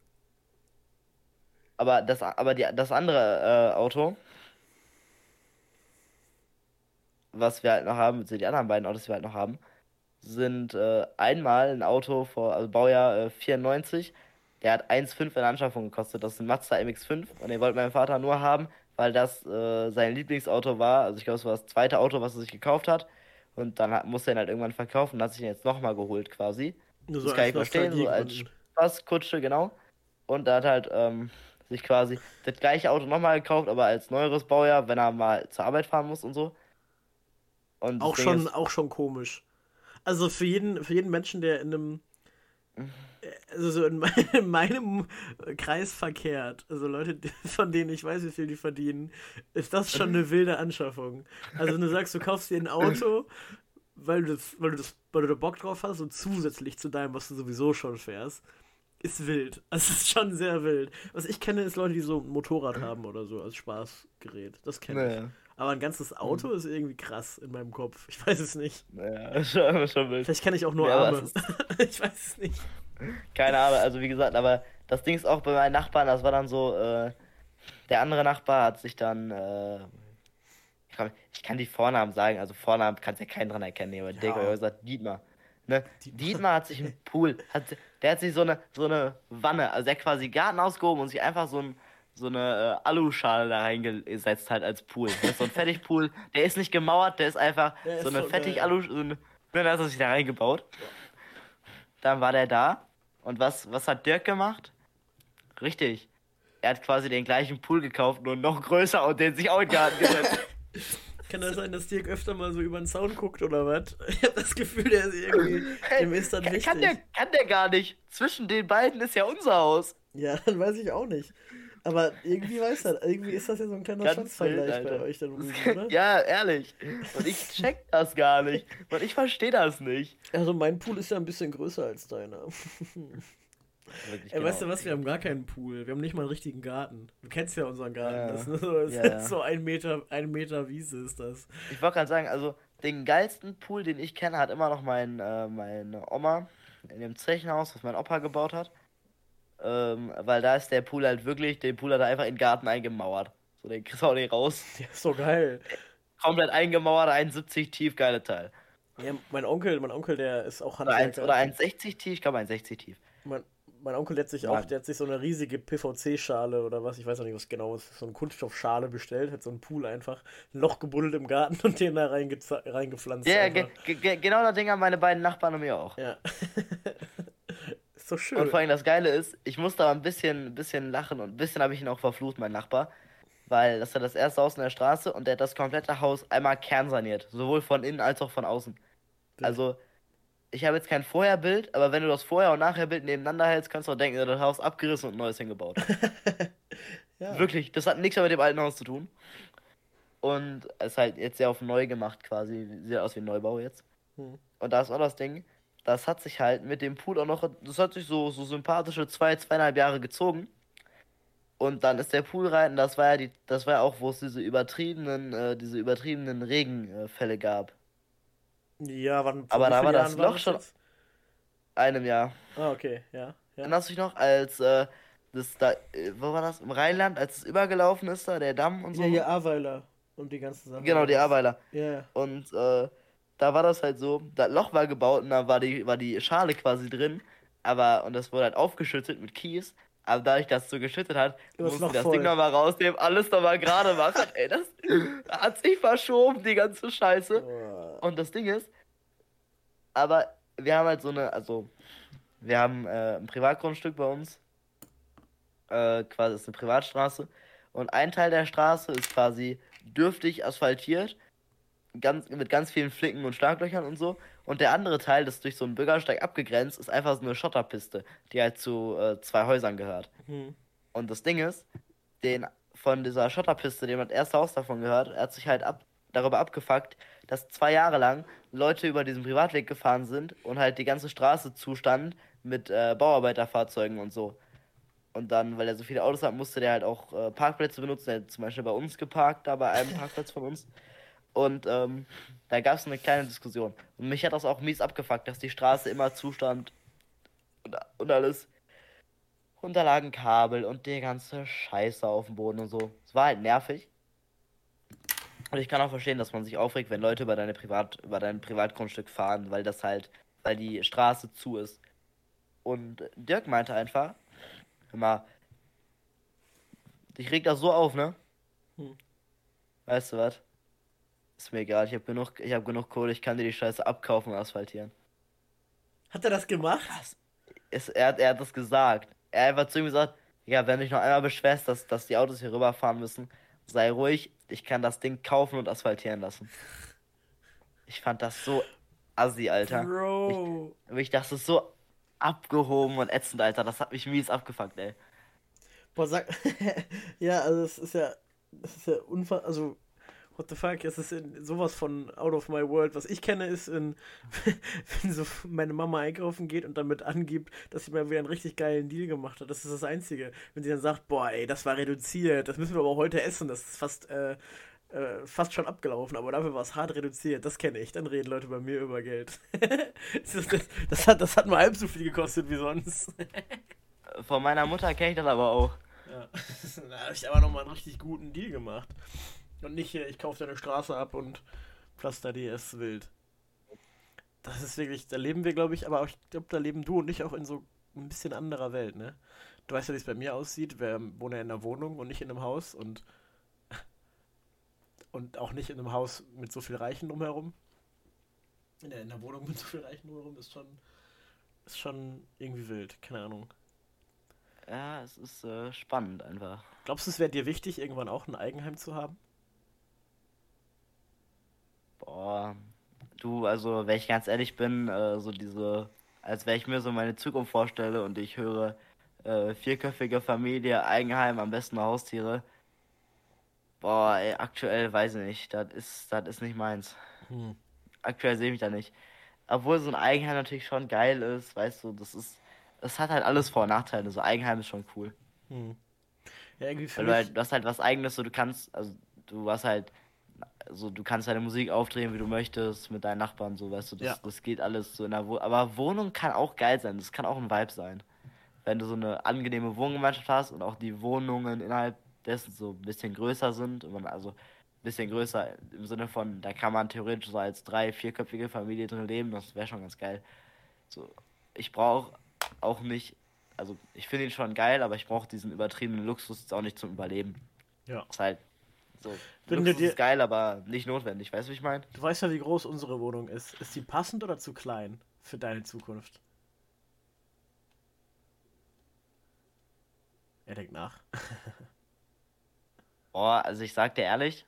Das andere Auto, was wir halt noch haben, also die anderen beiden Autos, die wir halt noch haben, sind einmal ein Auto also Baujahr 94, der hat 1,5 in der Anschaffung gekostet. Das ist ein Mazda MX-5 und den wollte mein Vater nur haben, weil das sein Lieblingsauto war. Also ich glaube, es war das zweite Auto, was er sich gekauft hat. Und dann musste er ihn halt irgendwann verkaufen und hat sich ihn jetzt nochmal geholt quasi. Nur so Das kann als ich verstehen, so als Nostalgiegründen. Spaßkutsche, genau. Und da hat halt sich quasi das gleiche Auto nochmal gekauft, aber als neueres Baujahr, wenn er mal zur Arbeit fahren muss und so. Und das Ding ist, Auch schon komisch. Also für jeden Menschen, der in einem, also so in meinem Kreis verkehrt, also Leute, von denen ich weiß, wie viel die verdienen, ist das schon eine wilde Anschaffung. Also wenn du sagst, du kaufst dir ein Auto, weil du da Bock drauf hast und zusätzlich zu deinem, was du sowieso schon fährst, ist wild. Also es ist schon sehr wild. Was ich kenne, ist Leute, die so ein Motorrad haben oder so als Spaßgerät. Das kenne ich. naja. Aber ein ganzes Auto ist irgendwie krass in meinem Kopf. Ich weiß es nicht. Ja, schon wild. Vielleicht kann ich auch nur Ja, aber Arme. es ist, Ich weiß es nicht. keine Ahnung, also wie gesagt, aber das Ding ist auch bei meinen Nachbarn, das war dann so, der andere Nachbar hat sich dann, ich kann die Vornamen sagen, also Vornamen kannst ja keinen dran erkennen, aber Digga, Ja, ich gesagt, Dietmar. Ne? die, Dietmar hat sich einen Pool, der hat sich so eine Wanne, also der hat quasi Garten ausgehoben und sich einfach so eine Aluschale da reingesetzt halt als Pool. Das ist so ein Fertigpool, der ist nicht gemauert, der ist einfach der so ist eine so geil. Fertig-Alu, dann hat er sich da reingebaut. Dann war der da und was hat Dirk gemacht? Richtig. Er hat quasi den gleichen Pool gekauft, nur noch größer und den sich auch in den Garten gesetzt. Kann das sein, dass Dirk öfter mal so über den Zaun guckt oder was? Ich hab das Gefühl, der ist irgendwie, Hey, dem ist das kann, wichtig. kann der gar nicht. Zwischen den beiden ist ja unser Haus. Ja, dann weiß ich auch nicht. Aber irgendwie weiß er, irgendwie ist das ja so ein kleiner Ganz Schwanzvergleich wild, bei Alter. euch da drüben, oder? Ja, ehrlich. Und ich check das gar nicht. Und ich verstehe das nicht. Also mein Pool ist ja ein bisschen größer als deiner. Wirklich, Ey, weißt du genau. was, wir haben gar keinen Pool. Wir haben nicht mal einen richtigen Garten. Du kennst ja unseren Garten. Das, Ja, ist so, das ja, ist ja. so ein Meter Wiese ist das. Ich wollte gerade sagen, also den geilsten Pool, den ich kenne, hat immer noch meine Oma in dem Zechenhaus, was mein Opa gebaut hat. Weil da ist der Pool halt wirklich, den Pool hat er einfach in den Garten eingemauert. So, den kriegst du auch nicht raus. Der ist so geil. Komplett eingemauert, 1,70 tief, geile Teil. Ja, mein Onkel, der ist auch Oder Handwerker. 1,60 tief, ich glaube 1,60 tief. Mein, mein Onkel der hat sich auch, Mann. der hat sich so eine riesige PVC-Schale oder was, ich weiß noch nicht, was genau ist, so eine Kunststoffschale bestellt, hat so einen Pool einfach, ein Loch gebuddelt im Garten und den da reingepflanzt Ja, einfach. genau das Ding haben meine beiden Nachbarn und mir auch. Ja. Ist so Und schön. vor allem das Geile ist, ich musste aber ein bisschen lachen und ein bisschen habe ich ihn auch verflucht, mein Nachbar. Weil das ist ja das erste Haus in der Straße und der hat das komplette Haus einmal kernsaniert. Sowohl von innen als auch von außen. Also, ich habe jetzt kein Vorherbild, aber wenn du das Vorher- und Nachherbild nebeneinander hältst, kannst du auch denken, er hat das Haus abgerissen und ein neues hingebaut. Ja. Wirklich, das hat nichts mehr mit dem alten Haus zu tun. Und es ist halt jetzt sehr auf neu gemacht quasi. Sieht aus wie ein Neubau jetzt. Hm. Und da ist auch das Ding, das hat sich halt mit dem Pool auch noch, das hat sich so sympathische 2,5 Jahre gezogen. Und dann ist der Pool rein, und das war ja auch, wo es diese übertriebenen Regenfälle gab. Ja, wann, vor Aber wie da war vielen das Jahren war Loch das schon jetzt? einem Jahr. Ah, okay, ja, ja. Erinnerst du dich noch, als das da, wo war das? Im Rheinland, als es übergelaufen ist da, der Damm und Ja, so? ja, Ahrweiler und die ganzen Sachen. Genau, die Ahrweiler. Ja, ja. Und da war das halt so, das Loch war gebaut und da war die Schale quasi drin, und das wurde halt aufgeschüttet mit Kies. Aber dadurch, dass es so geschüttet hat, Das mussten Loch die das voll. Ding nochmal rausnehmen, alles nochmal gerade machen. Ey, das hat sich verschoben, die ganze Scheiße. Boah. Und das Ding ist, aber wir haben halt wir haben ein Privatgrundstück bei uns, quasi ist eine Privatstraße. Und ein Teil der Straße ist quasi dürftig asphaltiert, mit ganz vielen Flicken und Schlaglöchern und so. Und der andere Teil, das ist durch so einen Bürgersteig abgegrenzt, ist einfach so eine Schotterpiste, die halt zu 2 Häusern gehört. Hm. Und das Ding ist, von dieser Schotterpiste, dem das erste Haus davon gehört, er hat sich halt darüber abgefuckt, dass 2 Jahre lang Leute über diesen Privatweg gefahren sind und halt die ganze Straße zustand mit Bauarbeiterfahrzeugen und so. Und dann, weil er so viele Autos hat, musste der halt auch Parkplätze benutzen. Er hat zum Beispiel bei uns geparkt, da bei einem Parkplatz von uns. Und da gab es eine kleine Diskussion. Und mich hat das auch mies abgefuckt, dass die Straße immer zustand und alles. Und da lagen Kabel und die ganze Scheiße auf dem Boden und so. Es war halt nervig. Und ich kann auch verstehen, dass man sich aufregt, wenn Leute über dein Privatgrundstück fahren, weil die Straße zu ist. Und Dirk meinte einfach, hör mal, dich regt das so auf, ne? Hm. Weißt du was? Ist mir egal, ich hab genug Kohle, ich kann dir die Scheiße abkaufen und asphaltieren. Hat er das gemacht? Was? Er hat das gesagt. Er hat einfach zu ihm gesagt, ja, wenn du dich noch einmal beschwerst, dass die Autos hier rüberfahren müssen, sei ruhig, ich kann das Ding kaufen und asphaltieren lassen. Ich fand das so assi, Alter. Bro. Das ist so abgehoben und ätzend, Alter. Das hat mich mies abgefuckt, ey. Boah, sag. Ja, also es ist ja also, what the fuck, es ist sowas von out of my world. Was ich kenne, ist, wenn so meine Mama einkaufen geht und damit angibt, dass sie mal wieder einen richtig geilen Deal gemacht hat. Das ist das Einzige. Wenn sie dann sagt, boah, ey, das war reduziert, das müssen wir aber heute essen, das ist fast fast schon abgelaufen, aber dafür war es hart reduziert. Das kenne ich. Dann reden Leute bei mir über Geld. Das hat nur halb so viel gekostet wie sonst. Von meiner Mutter kenne ich das aber auch. Ja. Da habe ich aber nochmal einen richtig guten Deal gemacht. Und nicht hier, ich kaufe deine Straße ab und pflaster die ist wild. Das ist wirklich, da leben wir, glaube ich, aber auch, ich glaube, da leben du und ich auch in so ein bisschen anderer Welt, ne? Du weißt ja, wie es bei mir aussieht. Wir wohnen ja in einer Wohnung und nicht in einem Haus und auch nicht in einem Haus mit so viel Reichen drumherum. In der Wohnung mit so viel Reichen drumherum ist schon irgendwie wild, keine Ahnung. Ja, es ist spannend einfach. Glaubst du, es wäre dir wichtig, irgendwann auch ein Eigenheim zu haben? Boah, du, also, wenn ich ganz ehrlich bin, so diese, als wenn ich mir so meine Zukunft vorstelle und ich höre, vierköpfige Familie, Eigenheim, am besten noch Haustiere. Boah, ey, aktuell weiß ich nicht, das ist nicht meins. Hm. Aktuell sehe ich mich da nicht. Obwohl so ein Eigenheim natürlich schon geil ist, weißt du, es hat halt alles Vor- und Nachteile. So Eigenheim ist schon cool. Hm. Ja, irgendwie für Weil du mich. halt, du hast halt was Eigenes, so du kannst, also du hast halt, also du kannst deine Musik aufdrehen, wie du möchtest, mit deinen Nachbarn, so, weißt du, Ja. das geht alles so in der Wohnung. Aber Wohnung kann auch geil sein, das kann auch ein Vibe sein. Wenn du so eine angenehme Wohngemeinschaft hast und auch die Wohnungen innerhalb dessen so ein bisschen größer sind, und man also ein bisschen größer im Sinne von, da kann man theoretisch so als vierköpfige Familie drin leben, das wäre schon ganz geil. So, ich brauche auch nicht, also ich finde ihn schon geil, aber ich brauche diesen übertriebenen Luxus jetzt auch nicht zum Überleben. Ja. Ist halt so, Wenn du Luxus dir. ist geil, aber nicht notwendig, weißt du, wie ich meine? Du weißt ja, wie groß unsere Wohnung ist. Ist die passend oder zu klein für deine Zukunft? Er denkt nach. Boah, also ich sag dir ehrlich,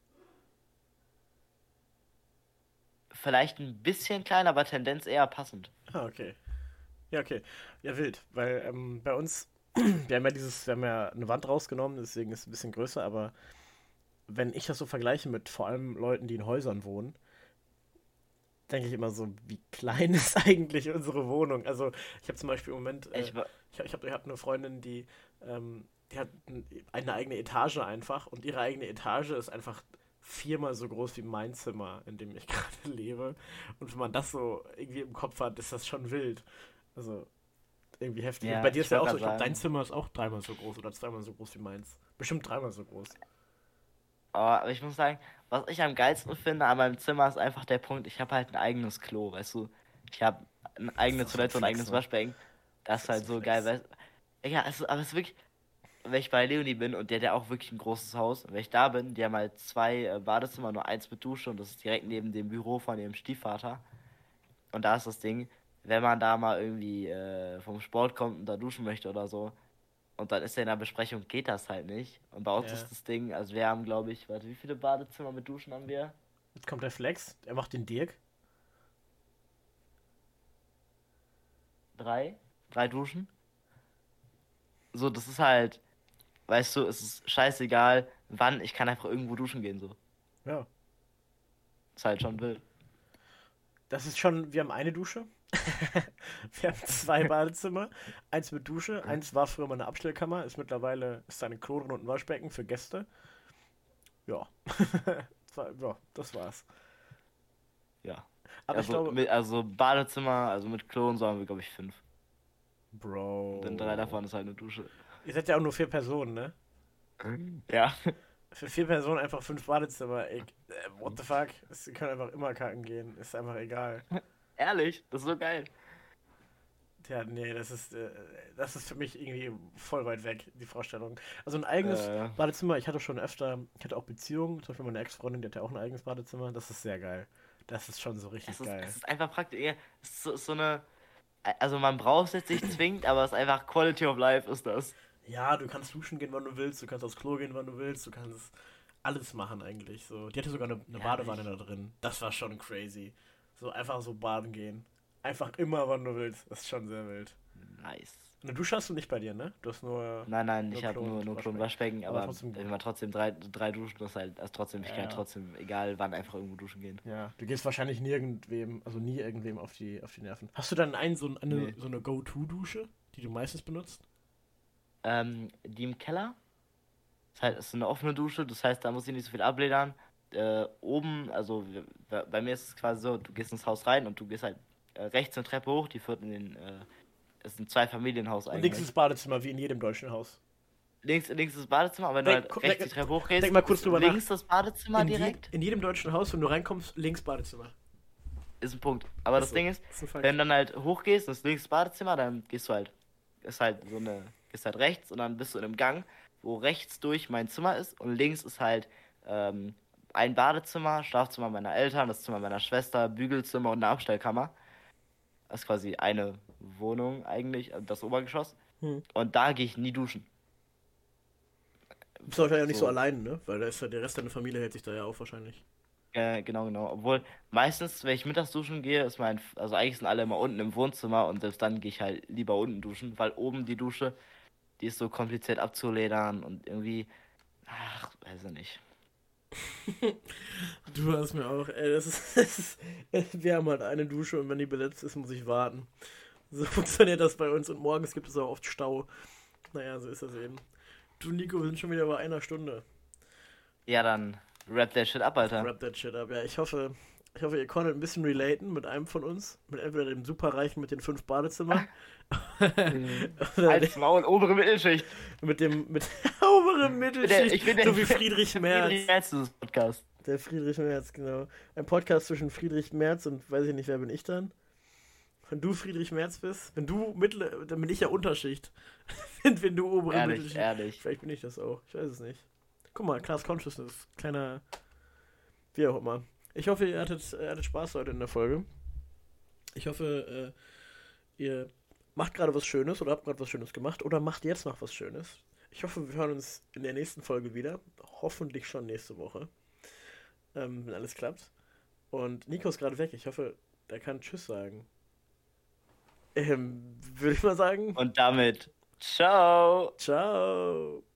vielleicht ein bisschen klein, aber Tendenz eher passend. Ah, okay. Ja, okay. Ja, wild. Weil bei uns, wir haben ja eine Wand rausgenommen, deswegen ist es ein bisschen größer, aber wenn ich das so vergleiche mit vor allem Leuten, die in Häusern wohnen, denke ich immer so, wie klein ist eigentlich unsere Wohnung? Also, ich habe zum Beispiel im Moment, Ich, wa- ich hab eine Freundin, die hat eine eigene Etage einfach und ihre eigene Etage ist einfach viermal so groß wie mein Zimmer, in dem ich gerade lebe. Und wenn man das so irgendwie im Kopf hat, ist das schon wild. Also, irgendwie heftig. Und bei ja, dir ist ich ja wollte auch so, gerade ich glaube, dein sagen, Zimmer ist auch dreimal so groß oder zweimal so groß wie meins. Bestimmt dreimal so groß. aber ich muss sagen, was ich am geilsten finde an meinem Zimmer ist einfach der Punkt, ich habe halt ein eigenes Klo, weißt du? Ich habe eine Das ist eigene doch so ein Toilette und ein Flex, eigenes ne? Waschbecken. Das Das ist ist halt so ein so geil, Flex. weißt du? Ja, also, aber es ist wirklich, wenn ich bei Leonie bin und der hat ja auch wirklich ein großes Haus, und wenn ich da bin, die haben halt zwei Badezimmer, nur eins mit Dusche und das ist direkt neben dem Büro von ihrem Stiefvater. Und da ist das Ding, wenn man da mal irgendwie vom Sport kommt und da duschen möchte oder so, und dann ist er in der Besprechung, geht das halt nicht. Und bei uns Ja. ist das Ding, also wir haben, glaube ich, warte, wie viele Badezimmer mit Duschen haben wir? Jetzt kommt der Flex, er macht den Dirk. Drei? Drei Duschen? So, das ist halt, weißt du, es ist scheißegal, wann, ich kann einfach irgendwo duschen gehen, so. Ja. Ist halt schon wild. Das ist schon, wir haben eine Dusche. Wir haben zwei Badezimmer. Eins mit Dusche. Eins war früher mal eine Abstellkammer. Ist da ein Klo drin und ein Waschbecken für Gäste. Ja. Ja, das war's. Ja. Aber ich glaube, Also Badezimmer, also mit Klo und so haben wir, glaube ich, fünf. Und in drei Bro. davon ist halt eine Dusche. Ihr seid ja auch nur vier Personen, ne? Ja. Für vier Personen einfach fünf Badezimmer. What the fuck? Sie können einfach immer kacken gehen. Ist einfach egal. Ehrlich, das ist so geil. Ja, nee, das ist für mich irgendwie voll weit weg, die Vorstellung. Also ein eigenes Äh, Badezimmer, ich hatte auch Beziehungen, zum Beispiel meine Ex-Freundin, die hatte auch ein eigenes Badezimmer, das ist sehr geil. Das ist schon so richtig es geil. ist einfach praktisch. Es ist so eine. Also man braucht es jetzt nicht zwingend, aber es ist einfach Quality of Life ist das. Ja, du kannst duschen gehen, wann du willst, du kannst aufs Klo gehen, wann du willst, du kannst alles machen eigentlich. So. Die hatte sogar eine Badewanne Ehrlich. da drin. Das war schon crazy. So einfach so baden gehen. Einfach immer, wann du willst. Das ist schon sehr wild. Nice. Eine Dusche hast du nicht bei dir, ne? Du hast Nein, nein, nur ich habe Klo und nur Klo und Waschbecken. Waschbecken, Aber aber trotzdem wenn gut. man trotzdem drei duschen, das ist halt, also trotzdem, ich Ja, kann ja. trotzdem, egal wann, einfach irgendwo duschen gehen. Ja, du gehst wahrscheinlich nirgendwem, also nie irgendwem auf die Nerven. Hast du dann Nee. so eine Go-To-Dusche, die du meistens benutzt? Die im Keller? Es ist eine offene Dusche, das heißt, da muss ich nicht so viel abledern. Oben, also bei mir ist es quasi so, du gehst ins Haus rein und du gehst halt rechts eine Treppe hoch, die führt in den, es ist ein Zweifamilienhaus Und links ist eigentlich. das Badezimmer, wie in jedem deutschen Haus. Links ist das Badezimmer, aber wenn du halt rechts die Treppe hochgehst, denk mal kurz ist drüber nach. links das Badezimmer direkt. In jedem deutschen Haus, wenn du reinkommst, links Badezimmer. Ist ein Punkt. Aber Ist das so. Ding ist, Ist ein Fakt. wenn du dann halt hochgehst, das ist links das Badezimmer, dann gehst halt rechts und dann bist du in einem Gang, wo rechts durch mein Zimmer ist und links ist halt ein Badezimmer, Schlafzimmer meiner Eltern, das Zimmer meiner Schwester, Bügelzimmer und eine Abstellkammer. Das ist quasi eine Wohnung eigentlich, also das Obergeschoss. Und da gehe ich nie duschen. Du bist wahrscheinlich auch nicht so So. allein, ne? Weil da ist ja der Rest deiner Familie hält sich da ja auf wahrscheinlich. Genau. Obwohl, meistens, wenn ich mittags duschen gehe, also eigentlich sind alle immer unten im Wohnzimmer und selbst dann gehe ich halt lieber unten duschen, weil oben die Dusche, die ist so kompliziert abzuledern und irgendwie, ach, weiß ich nicht. Du hast mir auch, ey, wir haben halt eine Dusche und wenn die besetzt ist, muss ich warten. So funktioniert das bei uns und morgens gibt es auch oft Stau. Naja, so ist das eben. Du, Nico, wir sind schon wieder bei einer Stunde. Ja, dann wrap that shit ab, Alter. Wrap that shit up. Ja, ich hoffe, ihr konntet ein bisschen relaten mit einem von uns. Mit entweder dem Superreichen mit den 5 Badezimmern. Oder Als Maul, obere Mittelschicht. mit oberen Mittelschicht. Ich bin der so wie Friedrich Merz. Friedrich Merz dieses Podcast. Der Friedrich Merz, genau. Ein Podcast zwischen Friedrich Merz und weiß ich nicht, wer bin ich dann? Wenn du Friedrich Merz bist, dann bin ich ja Unterschicht. wenn du obere Mittelschicht. Ehrlich. Vielleicht bin ich das auch. Ich weiß es nicht. Guck mal, Class Consciousness. Kleiner. Wie auch immer. Ich hoffe, ihr hattet Spaß heute in der Folge. Ich hoffe, ihr macht gerade was Schönes oder habt gerade was Schönes gemacht oder macht jetzt noch was Schönes. Ich hoffe, wir hören uns in der nächsten Folge wieder. Hoffentlich schon nächste Woche. Wenn alles klappt. Und Nico ist gerade weg. Ich hoffe, der kann Tschüss sagen. Würde ich mal sagen. Und damit, ciao. Ciao.